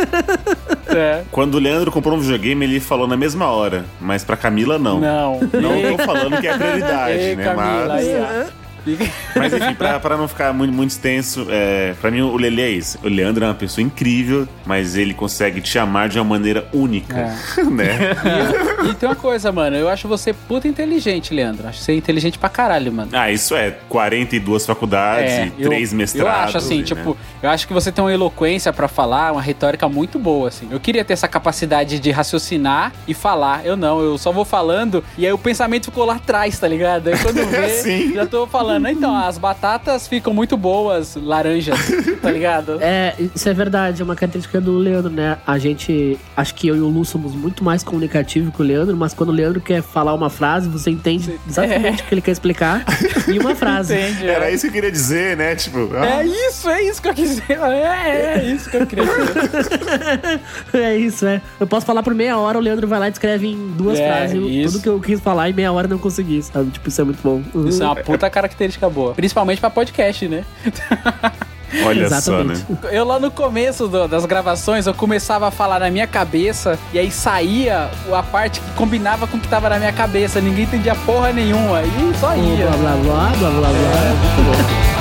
Speaker 3: É. Quando o Leandro comprou um videogame, ele falou na mesma hora. Mas pra Camila, não.
Speaker 7: Não.
Speaker 3: Não tô falando que é prioridade,
Speaker 7: Ei,
Speaker 3: né?
Speaker 7: Camila,
Speaker 3: mas...
Speaker 7: aí,
Speaker 3: Mas enfim, pra, pra não ficar muito, muito extenso, é, pra mim o Lelê é isso. O Leandro é uma pessoa incrível, mas ele consegue te amar de uma maneira única, é. né?
Speaker 7: E, e tem uma coisa, mano, eu acho você puta inteligente, Leandro. Acho você inteligente pra caralho, mano.
Speaker 3: Ah, isso é. quarenta e duas faculdades
Speaker 7: É,
Speaker 3: e três
Speaker 7: eu,
Speaker 3: mestrados.
Speaker 7: Eu acho assim,
Speaker 3: né?
Speaker 7: tipo, eu acho que você tem uma eloquência pra falar, uma retórica muito boa, assim. Eu queria ter essa capacidade de raciocinar e falar. Eu não, eu só vou falando e aí o pensamento ficou lá atrás, tá ligado? Aí quando vê,
Speaker 3: Sim.
Speaker 7: já tô falando. Então, as batatas ficam muito boas, laranjas, tá ligado?
Speaker 6: É, isso é verdade, é uma característica do Leandro, né? A gente, acho que eu e o Lu somos muito mais comunicativos que o Leandro, mas quando o Leandro quer falar uma frase, você entende exatamente é. o que ele quer explicar em uma frase.
Speaker 7: Entendi,
Speaker 3: Era
Speaker 7: é.
Speaker 3: isso que eu queria dizer, né? Tipo, ah.
Speaker 7: É isso, é isso que eu quis dizer. É, é isso que eu queria dizer.
Speaker 6: É isso, é. Eu posso falar por meia hora, o Leandro vai lá e escreve em duas
Speaker 7: É,
Speaker 6: frases
Speaker 7: isso.
Speaker 6: tudo que eu quis falar em meia hora não consegui, sabe? Tipo, isso é muito bom. Uhum.
Speaker 7: Isso é uma puta característica boa. Principalmente pra podcast, né?
Speaker 3: Olha
Speaker 6: Exatamente.
Speaker 3: só, né?
Speaker 7: Eu lá no começo do, das gravações, eu começava a falar na minha cabeça e aí saía a parte que combinava com o que tava na minha cabeça. Ninguém entendia porra nenhuma. E só ia.
Speaker 6: Blá, blá, blá, blá, blá, blá.
Speaker 7: É, muito bom.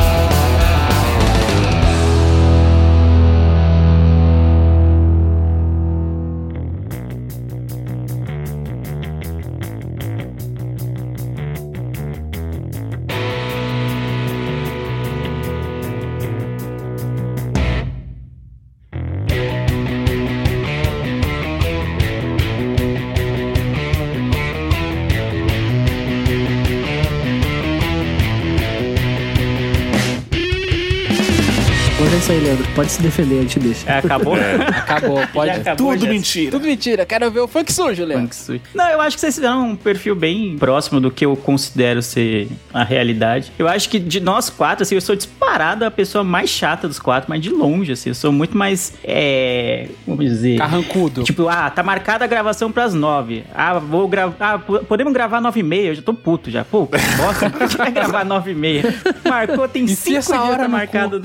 Speaker 6: Mas é isso aí, Leandro. Pode se defender, a gente deixa.
Speaker 5: É, acabou?
Speaker 7: Acabou, pode.
Speaker 5: Já acabou,
Speaker 3: Tudo
Speaker 5: já.
Speaker 3: mentira.
Speaker 7: Tudo mentira. Quero ver o funk sujo, Leandro.
Speaker 5: Funk sujo. Não, eu acho que vocês fizeram um perfil bem próximo do que eu considero ser a realidade. Eu acho que de nós quatro, assim, eu sou disparado a pessoa mais chata dos quatro, mas de longe, assim, eu sou muito mais, é... vamos dizer...
Speaker 7: Carrancudo.
Speaker 5: Tipo, ah, tá marcada a gravação pras nove. Ah, vou gravar... Ah, podemos gravar nove e meia? Eu já tô puto já. Pô, bosta, por que vai gravar nove e meia? Marcou, tem
Speaker 7: Enfia
Speaker 5: cinco
Speaker 7: essa
Speaker 5: dias
Speaker 7: hora
Speaker 5: tá
Speaker 7: no
Speaker 5: marcado...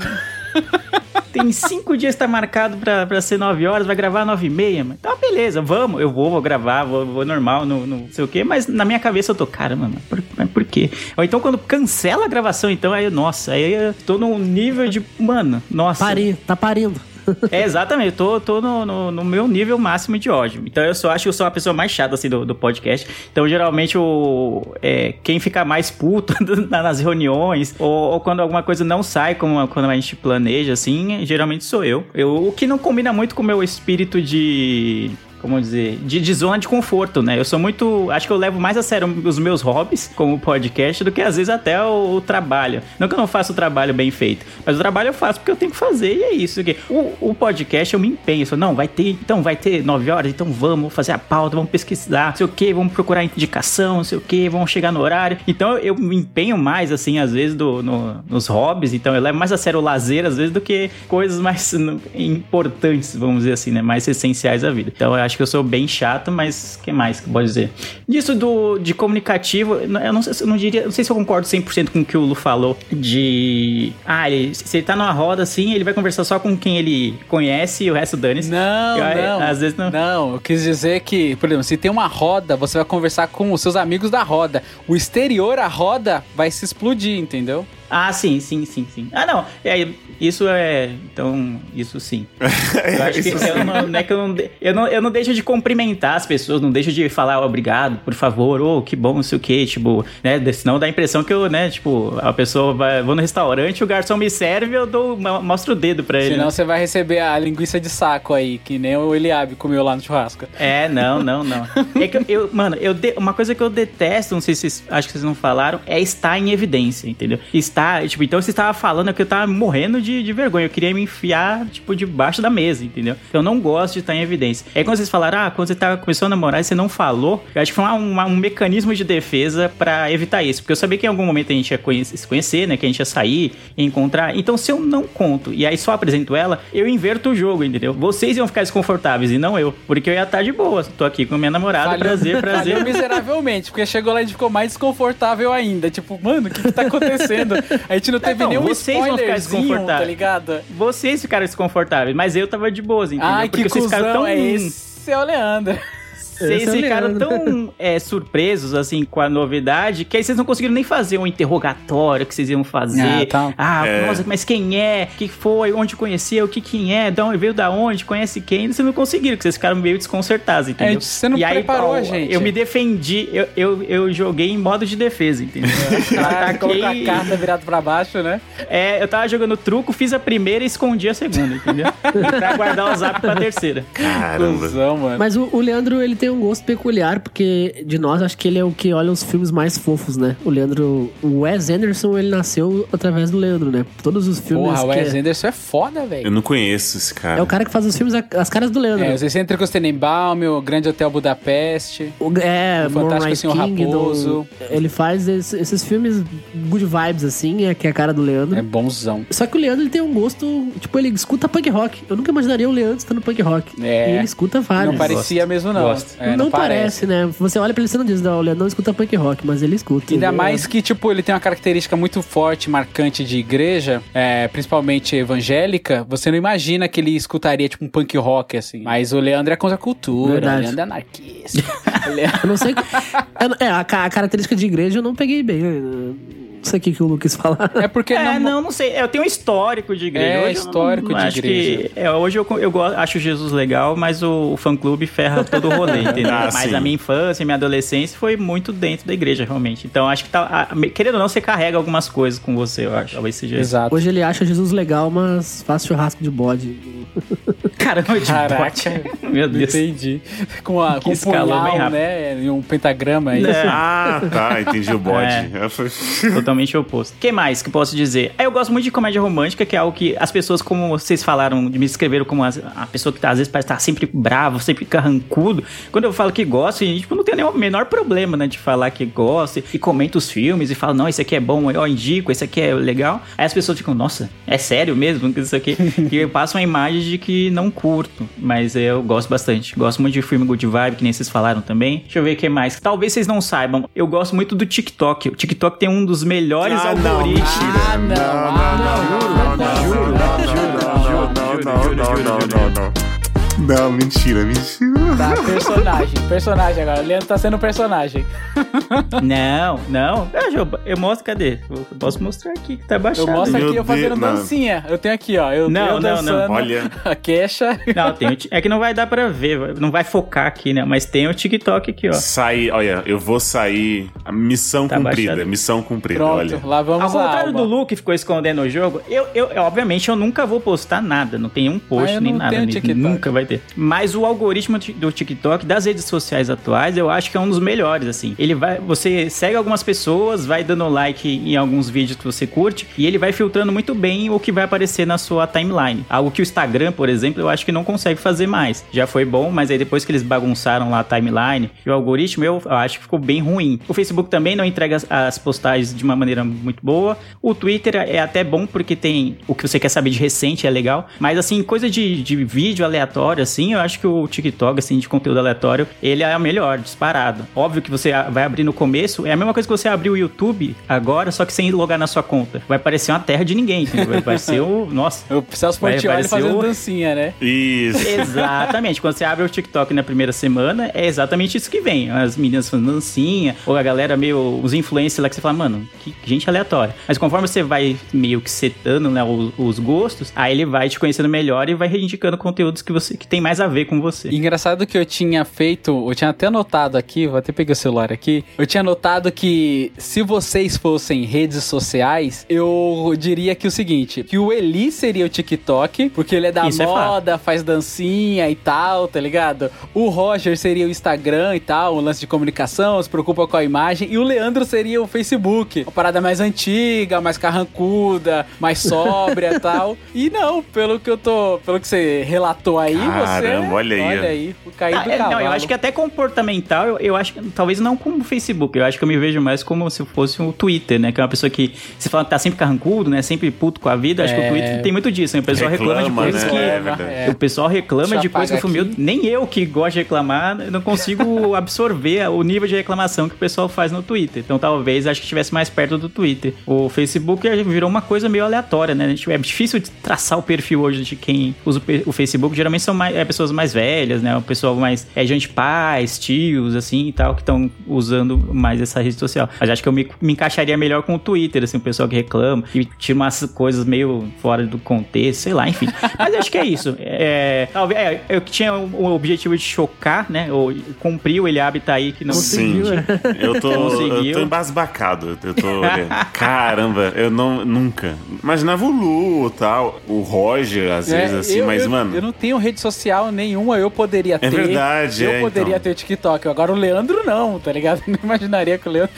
Speaker 5: Tem cinco dias que tá marcado pra, pra ser nove horas, vai gravar nove e meia, mano. Então, beleza, vamos, eu vou, vou gravar, vou, vou normal, no, no sei o quê, mas na minha cabeça eu tô, caramba, mas por, mas por quê? Ou então quando cancela a gravação, então aí, nossa, aí eu tô num nível de, mano, nossa.
Speaker 6: Pari, tá parindo.
Speaker 5: É, exatamente, eu tô, tô no, no, no meu nível máximo de ódio. Então eu só acho que eu sou a pessoa mais chata assim, do, do podcast. Então geralmente o, é, quem fica mais puto nas reuniões ou, ou quando alguma coisa não sai como quando a gente planeja, assim, geralmente sou eu. eu. O que não combina muito com o meu espírito de... como dizer, de, de zona de conforto, né? Eu sou muito... Acho que eu levo mais a sério os meus hobbies, como podcast, do que às vezes até o, o trabalho. Não que eu não faça o trabalho bem feito, mas o trabalho eu faço porque eu tenho que fazer e é isso. O, o podcast eu me empenho. Eu falo, não, vai ter... Então, vai ter nove horas, então vamos fazer a pauta, vamos pesquisar, não sei o quê, vamos procurar indicação, não sei o quê, vamos chegar no horário. Então, eu me empenho mais, assim, às vezes, do, no, nos hobbies. Então, eu levo mais a sério o lazer, às vezes, do que coisas mais no, importantes, vamos dizer assim, né? Mais essenciais da vida. Então, eu acho que eu sou bem chato, mas o que mais que eu posso dizer? Disso do, de comunicativo, eu não, eu não diria, não sei se eu concordo cem por cento com o que o Lu falou, de... Ah, ele, se ele tá numa roda assim, ele vai conversar só com quem ele conhece e o resto dane-se.
Speaker 7: Não,
Speaker 5: eu,
Speaker 7: não.
Speaker 5: Às vezes não.
Speaker 7: Não, eu quis dizer que, por exemplo, se tem uma roda, você vai conversar com os seus amigos da roda. O exterior, a roda, vai se explodir, entendeu?
Speaker 5: Ah, sim, sim, sim, sim. Ah, não. É, isso é... Então, isso sim. Eu acho que eu não, não é que eu não, eu não... Eu não deixo de cumprimentar as pessoas, não deixo de falar oh, obrigado, por favor, oh, que bom, não sei o quê, tipo... né? Senão dá a impressão que eu, né, tipo... A pessoa vai... Vou no restaurante, o garçom me serve e eu dou, mostro o dedo pra ele.
Speaker 7: Senão
Speaker 5: né?
Speaker 7: você vai receber a linguiça de saco aí, que nem o Eliabe comeu lá no churrasco.
Speaker 5: É, não, não, não. É que eu... Mano, eu de, uma coisa que eu detesto, não sei se vocês... Acho que vocês não falaram, é estar em evidência, entendeu? Estar... Tipo, então você estava falando é que eu tava morrendo de, de vergonha. Eu queria me enfiar, tipo, debaixo da mesa, entendeu? Eu não gosto de estar em evidência. Aí quando vocês falaram, ah, quando você tava começando a namorar e você não falou, eu acho que foi uma, uma, um mecanismo de defesa pra evitar isso. Porque eu sabia que em algum momento a gente ia conhecer, se conhecer, né? Que a gente ia sair e encontrar. Então se eu não conto e aí só apresento ela, eu inverto o jogo, entendeu? Vocês iam ficar desconfortáveis e não eu. Porque eu ia estar de boa. Tô aqui com minha namorada,
Speaker 7: Falhou,
Speaker 5: prazer, prazer.
Speaker 7: Falhou miseravelmente, porque chegou lá e ficou mais desconfortável ainda. Tipo, mano, o que que tá acontecendo? A gente não teve
Speaker 5: não,
Speaker 7: nenhum
Speaker 5: vocês vão ficar
Speaker 7: spoilerzinho,
Speaker 5: desconfortáveis.
Speaker 7: tá ligado?
Speaker 5: Vocês ficaram desconfortáveis, mas eu tava de boas, entendeu?
Speaker 7: Ai,
Speaker 5: porque
Speaker 7: que
Speaker 5: vocês
Speaker 7: cuzão
Speaker 5: ficaram tão...
Speaker 7: é esse, é o Leandro.
Speaker 5: Vocês
Speaker 6: Esse é o
Speaker 5: ficaram
Speaker 6: Leandro.
Speaker 5: tão é, surpresos, assim, com a novidade, que aí vocês não conseguiram nem fazer um interrogatório que vocês iam fazer.
Speaker 7: Ah, tá.
Speaker 5: Ah,
Speaker 3: É.
Speaker 5: nossa, mas quem é? O que foi? Onde conheceu? O que quem é? Da onde veio da onde? Conhece quem? Vocês não conseguiram, porque vocês ficaram meio desconcertados, entendeu?
Speaker 7: É, você não
Speaker 5: e aí,
Speaker 7: preparou
Speaker 5: ó,
Speaker 7: a gente.
Speaker 5: Eu me defendi, eu, eu, eu joguei em modo de defesa, entendeu? Eu
Speaker 7: Ah, colocou a
Speaker 5: ataquei...
Speaker 7: carta virada pra baixo, né?
Speaker 5: É, eu tava jogando truco, fiz a primeira e escondi a segunda, entendeu? Pra guardar o zap pra terceira.
Speaker 3: Caramba.
Speaker 7: Cusão, mano.
Speaker 6: Mas o, o Leandro, ele tem um gosto peculiar, porque de nós, acho que ele é o que olha os filmes mais fofos, né? O Leandro... O Wes Anderson, ele nasceu através do Leandro, né? Todos os filmes...
Speaker 7: Porra, o
Speaker 6: que
Speaker 7: Wes
Speaker 6: é,
Speaker 7: Anderson é foda,
Speaker 3: Eu
Speaker 7: velho.
Speaker 3: não conheço esse cara.
Speaker 6: é o cara que faz os filmes, a- as caras do Leandro.
Speaker 7: É, os Excêntricos Tenenbaum, o Grande Hotel Budapeste.
Speaker 6: O, é,
Speaker 7: O Fantástico
Speaker 6: Moonrise
Speaker 7: Senhor
Speaker 6: Kingdom.
Speaker 7: Raposo.
Speaker 6: Ele faz esse- esses filmes good vibes, assim, é, que é a cara do Leandro.
Speaker 7: É bonzão.
Speaker 6: Só que o Leandro, ele tem um gosto... Tipo, ele escuta punk rock. Eu nunca imaginaria o Leandro estando punk rock.
Speaker 7: É.
Speaker 6: E ele escuta vários.
Speaker 7: Não parecia mesmo, não.
Speaker 5: Gosto.
Speaker 7: É,
Speaker 6: não parece, né? Você olha pra ele e você não diz, não, o Leandro não escuta punk rock, mas ele escuta.
Speaker 7: Ainda
Speaker 6: Ele é-
Speaker 7: mais que, tipo, ele tem uma característica muito forte, marcante de igreja, é, principalmente evangélica. Você não imagina que ele escutaria, tipo, um punk rock, assim. Mas o Leandro é contra a cultura,
Speaker 6: Verdade.
Speaker 7: o Leandro é anarquista. O Leandro-
Speaker 6: Eu não sei... eu não- é, a, ca- a característica de igreja eu não peguei bem. Né? Não sei o que, que o Lucas fala.
Speaker 7: É porque
Speaker 5: É,
Speaker 7: não...
Speaker 5: não, não sei. Eu tenho um histórico de igreja.
Speaker 7: É,
Speaker 5: Hoje eu
Speaker 7: histórico
Speaker 5: não,
Speaker 7: de
Speaker 5: acho
Speaker 7: igreja.
Speaker 5: Que, é, hoje eu, eu gosto- acho Jesus legal, mas o, o fã-clube ferra todo o rolê, entendeu?
Speaker 3: Ah,
Speaker 5: mas
Speaker 3: sim.
Speaker 5: a minha infância e minha adolescência foi muito dentro da igreja, realmente. Então acho que, tá, a- querendo ou não, você carrega algumas coisas com você, eu acho. Talvez seja isso.
Speaker 7: Exato.
Speaker 6: Hoje ele acha Jesus legal, mas faz churrasco de bode.
Speaker 5: Caramba, de
Speaker 7: Caraca.
Speaker 5: bote. Meu Deus.
Speaker 7: Entendi. Com, a, com um
Speaker 5: escalou bem
Speaker 7: punhal,
Speaker 5: rápido.
Speaker 7: né? E um pentagrama aí.
Speaker 5: É.
Speaker 3: Ah, tá, entendi o bode.
Speaker 5: É.
Speaker 3: Eu fui-
Speaker 5: Totalmente oposto. O que mais que eu posso dizer? Eu gosto muito de comédia romântica, que é algo que as pessoas, como vocês falaram, me descreveram como as- a pessoa que tá, às vezes parece estar sempre bravo, sempre carrancudo. Quando eu falo que gosto, e, tipo, não tem nenhum menor problema, né, de falar que gosta e comenta os filmes e fala, não, esse aqui é bom, eu indico, esse aqui é legal. Aí as pessoas ficam, nossa, é sério mesmo que isso aqui? E eu passo uma imagem de que não curto, mas eu gosto bastante. Gosto muito de filme good vibe, que nem vocês falaram também. Deixa eu ver o que mais. Talvez vocês não saibam, eu gosto muito do TikTok. O TikTok tem um dos melhores
Speaker 3: Ah, não,
Speaker 5: algoritmos.
Speaker 7: Ah, não. Ah, não. Juro,
Speaker 3: Não, não, não, não, não. Não, mentira, mentira.
Speaker 7: Tá, personagem. Personagem agora. O Leandro tá sendo personagem.
Speaker 5: Não, não. Eu, eu mostro, cadê? Eu posso mostrar aqui que tá
Speaker 7: Eu
Speaker 5: baixado.
Speaker 7: mostro
Speaker 3: Meu
Speaker 7: aqui eu fazendo
Speaker 3: Deus, não.
Speaker 7: dancinha. Eu tenho aqui, ó. Eu,
Speaker 5: Não,
Speaker 7: eu
Speaker 5: não,
Speaker 7: dançando.
Speaker 5: não.
Speaker 3: Olha.
Speaker 7: A queixa.
Speaker 5: Não, tem o ti- é que não vai dar pra ver, vai- não vai focar aqui, né? Mas tem o TikTok aqui, ó.
Speaker 3: Sair, olha, eu vou sair. A missão
Speaker 5: Tá
Speaker 3: cumprida,
Speaker 5: baixado.
Speaker 3: missão cumprida,
Speaker 7: Pronto,
Speaker 3: olha.
Speaker 7: lá
Speaker 5: Ao
Speaker 7: vamos lá.
Speaker 5: contrário
Speaker 7: Alba.
Speaker 5: do Lu que ficou escondendo o jogo, eu, eu, eu, obviamente eu nunca vou postar nada, não tem um post
Speaker 7: Ah, eu
Speaker 5: nem
Speaker 7: não
Speaker 5: nada,
Speaker 7: tenho
Speaker 5: nem-
Speaker 7: TikTok.
Speaker 5: nunca vai ter. Mas o algoritmo ti- do TikTok, das redes sociais atuais, eu acho que é um dos melhores, assim. Ele vai, você segue algumas pessoas, vai dando like em alguns vídeos que você curte, e ele vai filtrando muito bem o que vai aparecer na sua timeline. Algo que o Instagram, por exemplo, eu acho que não consegue fazer mais. Já foi bom, mas aí depois que eles bagunçaram lá a timeline e o algoritmo, eu acho que ficou bem ruim. O Facebook também não entrega as, as postagens de uma maneira muito boa. O Twitter é até bom porque tem o que você quer saber de recente, é legal. Mas assim, coisa de, de vídeo aleatório, assim, eu acho que o TikTok, assim, de conteúdo aleatório, ele é a melhor, disparado. Óbvio que você a- vai abrir no começo, é a mesma coisa que você abrir o YouTube agora, só que sem logar na sua conta. Vai parecer uma terra de ninguém, entendeu? Vai parecer o... Nossa...
Speaker 7: O Celso
Speaker 5: Vai
Speaker 7: Portiolli
Speaker 5: parecer
Speaker 7: fazendo
Speaker 5: o-
Speaker 7: dancinha, né?
Speaker 3: Isso.
Speaker 5: Exatamente. Quando você abre o TikTok na primeira semana, é exatamente isso que vem. As meninas fazendo dancinha, ou a galera meio... Os influencers lá que você fala, mano, que gente aleatória. Mas conforme você vai meio que setando, né, os, os gostos, aí ele vai te conhecendo melhor e vai reindicando conteúdos que, você, que tem mais a ver com você.
Speaker 7: Engraçado que eu tinha feito, eu tinha até anotado aqui, vou até pegar o celular aqui, eu tinha anotado que se vocês fossem redes sociais, eu diria que o seguinte, que o Eli seria o TikTok, porque ele é da
Speaker 5: Isso é
Speaker 7: moda, faz dancinha e tal, tá ligado? O Roger seria o Instagram e tal, um lance de comunicação, se preocupa com a imagem, e o Leandro seria o Facebook, uma parada mais antiga, mais carrancuda, mais sóbria e tal. E não, pelo que eu tô, pelo que você relatou aí,
Speaker 3: Caramba,
Speaker 7: você...
Speaker 3: olha aí,
Speaker 7: Olha
Speaker 3: ó.
Speaker 7: aí, o cair
Speaker 5: Ah,
Speaker 7: do
Speaker 5: é,
Speaker 7: cavalo.
Speaker 5: não, eu acho que até comportamental, eu, eu acho que talvez não como o Facebook, eu acho que eu me vejo mais como se fosse o Twitter, né? Que é uma pessoa que se fala que tá sempre carrancudo, né? Sempre puto com a vida, acho que
Speaker 7: É.
Speaker 5: o Twitter tem muito disso, né? O pessoal reclama,
Speaker 3: Reclama,
Speaker 5: de coisas
Speaker 3: né?
Speaker 5: que...
Speaker 3: É verdade.
Speaker 7: É.
Speaker 5: O pessoal reclama
Speaker 7: Deixa
Speaker 5: de
Speaker 7: eu
Speaker 5: coisas que eu
Speaker 7: apagar
Speaker 5: falo, meu, nem eu que gosto de reclamar, eu não consigo absorver o nível de reclamação que o pessoal faz no Twitter. Então talvez acho que estivesse mais perto do Twitter. O Facebook virou uma coisa meio aleatória, né? É difícil de traçar o perfil hoje de quem usa o pe- o Facebook, geralmente são mais, é, pessoas mais velhas, né? O pessoal mais, é, gente, pais, tios, assim, e tal, que estão usando mais essa rede social. Mas acho que eu me, me encaixaria melhor com o Twitter, assim, o pessoal que reclama, que tira umas coisas meio fora do contexto, sei lá, enfim. Mas acho que é isso. É, talvez, é, eu tinha o, o objetivo de chocar, né? Ou cumprir o Eliabe tá aí, que não conseguiu.
Speaker 3: Sim, eu tô, eu tô embasbacado. Eu tô... Caramba, eu não, nunca... Imaginava o Lu e tal, o Roger, às
Speaker 7: é,
Speaker 3: vezes, assim,
Speaker 7: eu,
Speaker 3: mas,
Speaker 7: eu,
Speaker 3: mano...
Speaker 7: Eu não tenho rede social nenhuma, eu poderia ter.
Speaker 3: É verdade,
Speaker 7: Eu
Speaker 3: é,
Speaker 7: poderia
Speaker 3: então.
Speaker 7: ter o TikTok. Agora o Leandro não, tá ligado? Não imaginaria que o Leandro...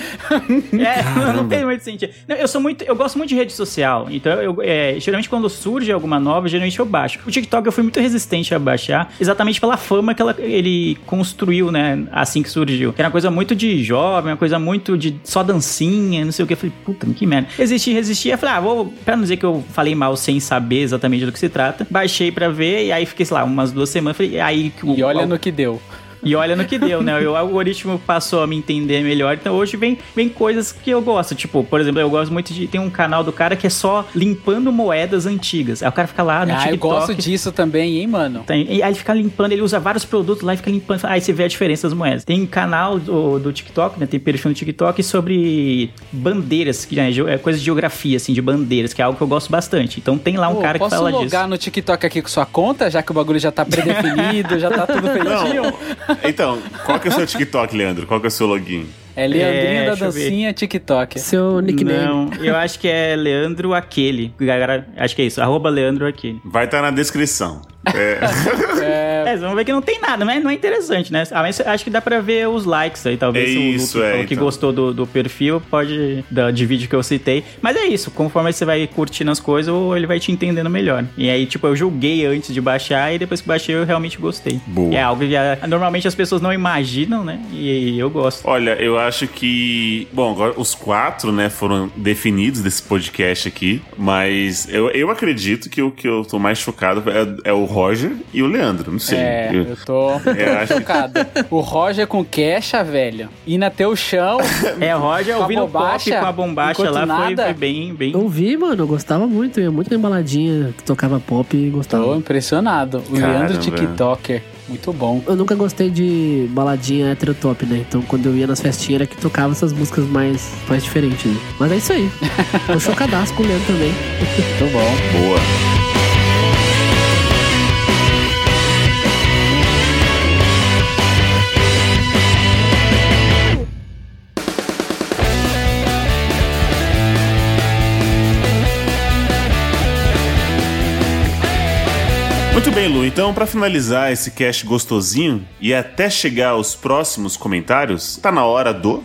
Speaker 5: É, não, não tem muito sentido. Não, eu sou muito... Eu gosto muito de rede social, então eu... É, geralmente quando surge alguma nova, geralmente eu baixo. O TikTok eu fui muito resistente a baixar, exatamente pela fama que ela, ele construiu, né, assim que surgiu. Que era uma coisa muito de jovem, uma coisa muito de só dancinha, não sei o que. Eu falei, puta, que merda. Existi, resisti, eu falei, ah, vou... Pra não dizer que eu falei mal sem saber exatamente do que se trata, baixei pra ver, e aí fiquei, sei lá, umas duas semanas, falei, aí...
Speaker 7: E
Speaker 5: o,
Speaker 7: olha
Speaker 5: o,
Speaker 7: no que deu.
Speaker 5: E olha no que deu, né? O algoritmo passou a me entender melhor. Então hoje vem, vem coisas que eu gosto. Tipo, por exemplo, eu gosto muito de... Tem um canal do cara que é só limpando moedas antigas. Aí o cara fica lá no
Speaker 7: ah,
Speaker 5: TikTok.
Speaker 7: Eu gosto disso também, hein, mano?
Speaker 5: Tem, e aí ele fica limpando, ele usa vários produtos lá e fica limpando. Aí você vê a diferença das moedas. Tem canal do, do TikTok, né? Tem perfil no TikTok sobre bandeiras, que é, é coisa de geografia, assim, de bandeiras, que é algo que eu gosto bastante. Então tem lá um Pô, cara que fala disso.
Speaker 7: Posso logar no TikTok aqui com sua conta, já que o bagulho já tá predefinido, já tá tudo feitinho?
Speaker 3: Não. Então, qual que é o seu TikTok, Leandro? Qual que é o seu login?
Speaker 7: É Leandrinho
Speaker 5: é,
Speaker 7: da Dancinha TikTok.
Speaker 6: Seu nickname.
Speaker 5: Não, eu acho que é Leandro Aquele. Acho que é isso, arroba Leandro Aquele.
Speaker 3: Vai estar tá na descrição. É.
Speaker 5: é... é, vamos ver que não tem nada, mas não é interessante, né? Ah, mas acho que dá pra ver os likes aí, talvez.
Speaker 3: É
Speaker 5: se o
Speaker 3: isso,
Speaker 5: Luke
Speaker 3: é,
Speaker 5: falou
Speaker 3: então.
Speaker 5: que gostou do, do perfil, pode, da, de vídeo que eu citei. Mas é isso, conforme você vai curtindo as coisas, ele vai te entendendo melhor. E aí, tipo, eu julguei antes de baixar e depois que baixei eu realmente gostei.
Speaker 3: Boa.
Speaker 5: É algo que já, normalmente as pessoas não imaginam, né? E eu gosto.
Speaker 3: Olha, eu acho que... Bom, agora os quatro, né, foram definidos desse podcast aqui, mas eu, eu acredito que o que eu tô mais chocado é, é o Roger e o Leandro, não sei.
Speaker 7: É,
Speaker 3: eu,
Speaker 7: eu tô,
Speaker 3: eu acho
Speaker 7: chocado. O Roger com queixa, velho, e na teu chão.
Speaker 5: É, o Roger ouvindo o pop com a bombacha lá foi, foi bem, bem...
Speaker 6: Eu vi, mano, eu gostava muito, eu ia muito na embaladinha que tocava pop e gostava.
Speaker 7: Tô impressionado. O
Speaker 3: Caramba.
Speaker 7: Leandro TikToker. Muito bom.
Speaker 6: Eu nunca gostei de baladinha heterotop, né? Então quando eu ia nas festinhas era que tocava essas músicas mais, mais diferentes, né? Mas é isso aí. Tô chocadaço com o Leandro também.
Speaker 7: Muito bom.
Speaker 3: Boa. Muito bem, Lu. Então, pra finalizar esse cast gostosinho e até chegar aos próximos comentários, tá na hora do...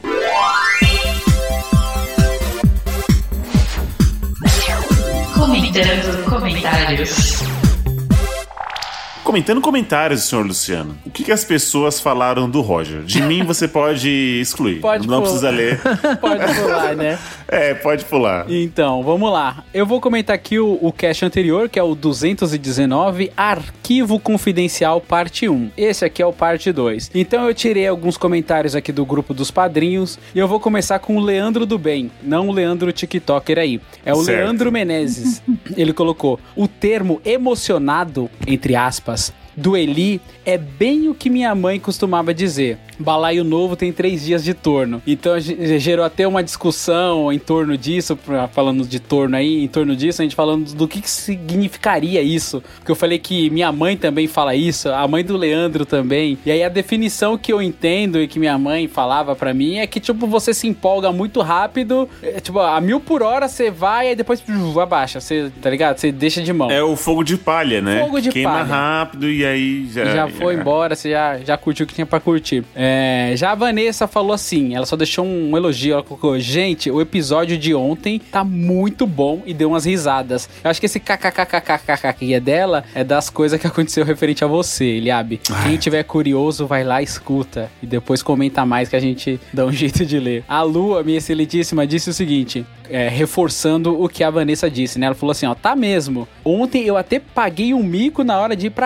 Speaker 8: Comentando comentários.
Speaker 3: Comentando comentários, senhor Luciano. O que, que as pessoas falaram do Roger? De mim você pode excluir.
Speaker 7: Pode
Speaker 3: Não
Speaker 7: pular.
Speaker 3: precisa ler.
Speaker 7: Pode pular, né?
Speaker 3: É, pode pular.
Speaker 7: Então, vamos lá. Eu vou comentar aqui o, o cast anterior, que é o duzentos e dezenove, Arquivo Confidencial, parte um. Esse aqui é o parte dois. Então eu tirei alguns comentários aqui do grupo dos padrinhos e eu vou começar com o Leandro do Bem, não o Leandro TikToker aí. É o
Speaker 3: Certo.
Speaker 7: Leandro Menezes. Ele colocou: o termo emocionado, entre aspas, do Eli é bem o que minha mãe costumava dizer. Balaio novo tem três dias de torno. Então gerou até uma discussão em torno disso, falando de torno aí, em torno disso, a gente falando do que, que significaria isso. Porque eu falei que minha mãe também fala isso, a mãe do Leandro também. E aí a definição que eu entendo e que minha mãe falava pra mim é que, tipo, você se empolga muito rápido, é, tipo, a mil por hora você vai e depois uf, abaixa, você, tá ligado? Você deixa de mão.
Speaker 3: É o fogo de palha, né?
Speaker 7: Fogo de
Speaker 3: Queima
Speaker 7: palha.
Speaker 3: rápido e aí já...
Speaker 7: Já foi
Speaker 3: é.
Speaker 7: embora, você já, já curtiu o que tinha pra curtir. É, já a Vanessa falou assim, ela só deixou um elogio, ela colocou: gente, o episódio de ontem tá muito bom, e deu umas risadas. Eu acho que esse kkkkkkk que é dela é das coisas que aconteceu referente a você, Eliabe. Quem tiver curioso, vai lá, escuta e depois comenta mais que a gente dá um jeito de ler. A Lu, a minha excelentíssima, disse o seguinte, é, reforçando o que a Vanessa disse, né? Ela falou assim, ó, tá mesmo. Ontem eu até paguei um mico na hora de ir pra casa.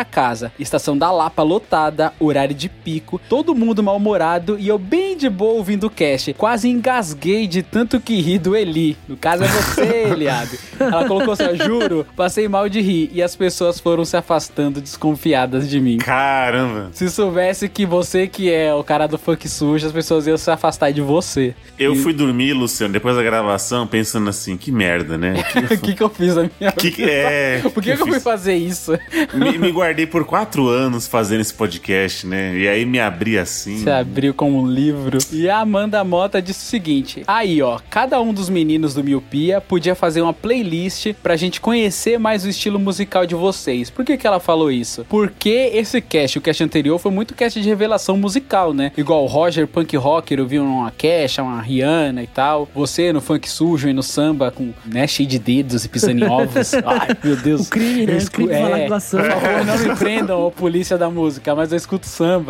Speaker 7: casa. Estação da Lapa lotada, horário de pico, todo mundo mal-humorado e eu bem de boa ouvindo o cast. Quase engasguei de tanto que ri do Eli. No caso é você, Eliade. Ela colocou assim, ó, juro, passei mal de rir e as pessoas foram se afastando desconfiadas de mim.
Speaker 3: Caramba.
Speaker 7: Se soubesse que você que é o cara do funk sujo, as pessoas iam se afastar de você.
Speaker 3: Eu
Speaker 7: e...
Speaker 3: fui dormir, Luciano, depois da gravação, pensando assim, que merda, né?
Speaker 7: O que, que eu fiz na minha
Speaker 3: que,
Speaker 7: vida?
Speaker 3: É,
Speaker 7: Por que, que, que eu, eu fui fazer isso?
Speaker 3: Me, me guardei por quatro anos fazendo esse podcast, né? E aí me abri assim.
Speaker 7: Você abriu como um livro. E a Amanda Mota disse o seguinte: aí, ó, cada um dos meninos do Miopia podia fazer uma playlist pra gente conhecer mais o estilo musical de vocês. Por que que ela falou isso? Porque esse cast, o cast anterior, foi muito cast de revelação musical, né? Igual o Roger, punk rocker, ouviu uma Kesha, uma Rihanna e tal. Você no funk sujo e no samba com, né, cheio de dedos e pisando em ovos. Ai, meu Deus.
Speaker 6: O crime, né? O crime
Speaker 7: é,
Speaker 6: falar com a samba.
Speaker 7: Por favor, não me prendam, ô polícia da música, mas eu escuto samba.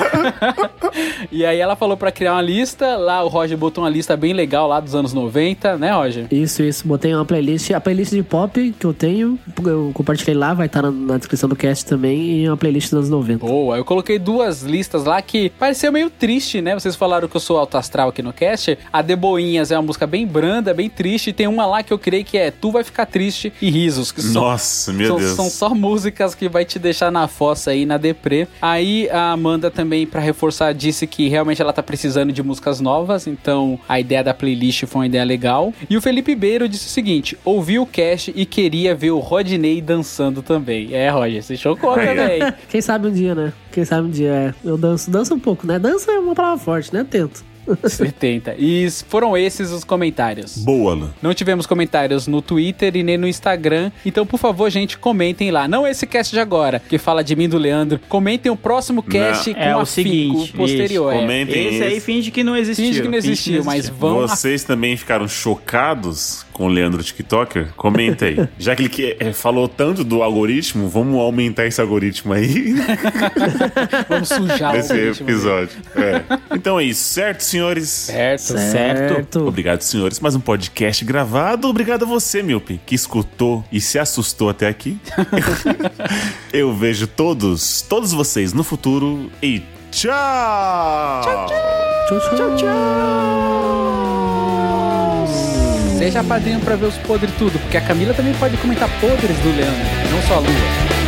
Speaker 7: E aí ela falou pra criar uma lista. Lá o Roger botou uma lista bem legal lá dos anos noventa, né, Roger?
Speaker 6: Isso, isso. Botei uma playlist. A playlist de pop que eu tenho, eu compartilhei lá, vai estar na, na descrição do cast também, e uma playlist dos anos noventa.
Speaker 7: Boa, eu coloquei duas listas lá que pareceu meio triste, né? Vocês falaram que eu sou alto astral aqui no cast. A De Boinhas é uma música bem branda, bem triste. E tem uma lá que eu criei que é Tu Vai Ficar Triste e Risos. Que
Speaker 3: Nossa,
Speaker 7: são,
Speaker 3: meu
Speaker 7: são,
Speaker 3: Deus.
Speaker 7: São só músicas que vai te deixar na fossa aí, na deprê. Aí a Amanda também, pra reforçar, disse que realmente ela tá precisando de músicas novas. Então a ideia da playlist foi uma ideia legal. E o Felipe Beiro disse o seguinte: ouvi o cast e queria ver o Rodney dançando também. É, Roger, você chocou também.
Speaker 6: Quem sabe um dia, né? Quem sabe um dia, é. Eu danço, danço um pouco, né? Dança é uma palavra forte, né? Tento.
Speaker 7: setenta. E foram esses os comentários.
Speaker 3: Boa, Alan.
Speaker 7: Não tivemos comentários no Twitter e nem no Instagram. Então, por favor, gente, comentem lá. Não esse cast de agora, que fala de mim do Leandro. Comentem o próximo cast
Speaker 5: não,
Speaker 7: com
Speaker 5: é
Speaker 7: afinco,
Speaker 5: o seguinte,
Speaker 7: o posterior.
Speaker 3: Isso, comentem
Speaker 5: esse, esse aí finge que não existiu.
Speaker 7: Finge que não existiu,
Speaker 5: que não
Speaker 7: mas
Speaker 5: existiu.
Speaker 7: vão...
Speaker 3: Vocês também ficaram chocados com o Leandro TikToker? Comenta aí. Já que ele que, é, falou tanto do algoritmo, vamos aumentar esse algoritmo aí.
Speaker 7: Vamos sujar
Speaker 3: nesse
Speaker 7: o algoritmo
Speaker 3: episódio. É. Então é isso, certo, senhores?
Speaker 7: Certo.
Speaker 5: Certo.
Speaker 3: Obrigado, senhores. Mais um podcast gravado. Obrigado a você, Miopi, que escutou e se assustou até aqui. Eu vejo todos, todos vocês no futuro e tchau! Tchau,
Speaker 6: Tchau, tchau.
Speaker 7: tchau. Seja padrinho pra ver os podres tudo, porque a Camila também pode comentar podres do Leandro, não só a Lua.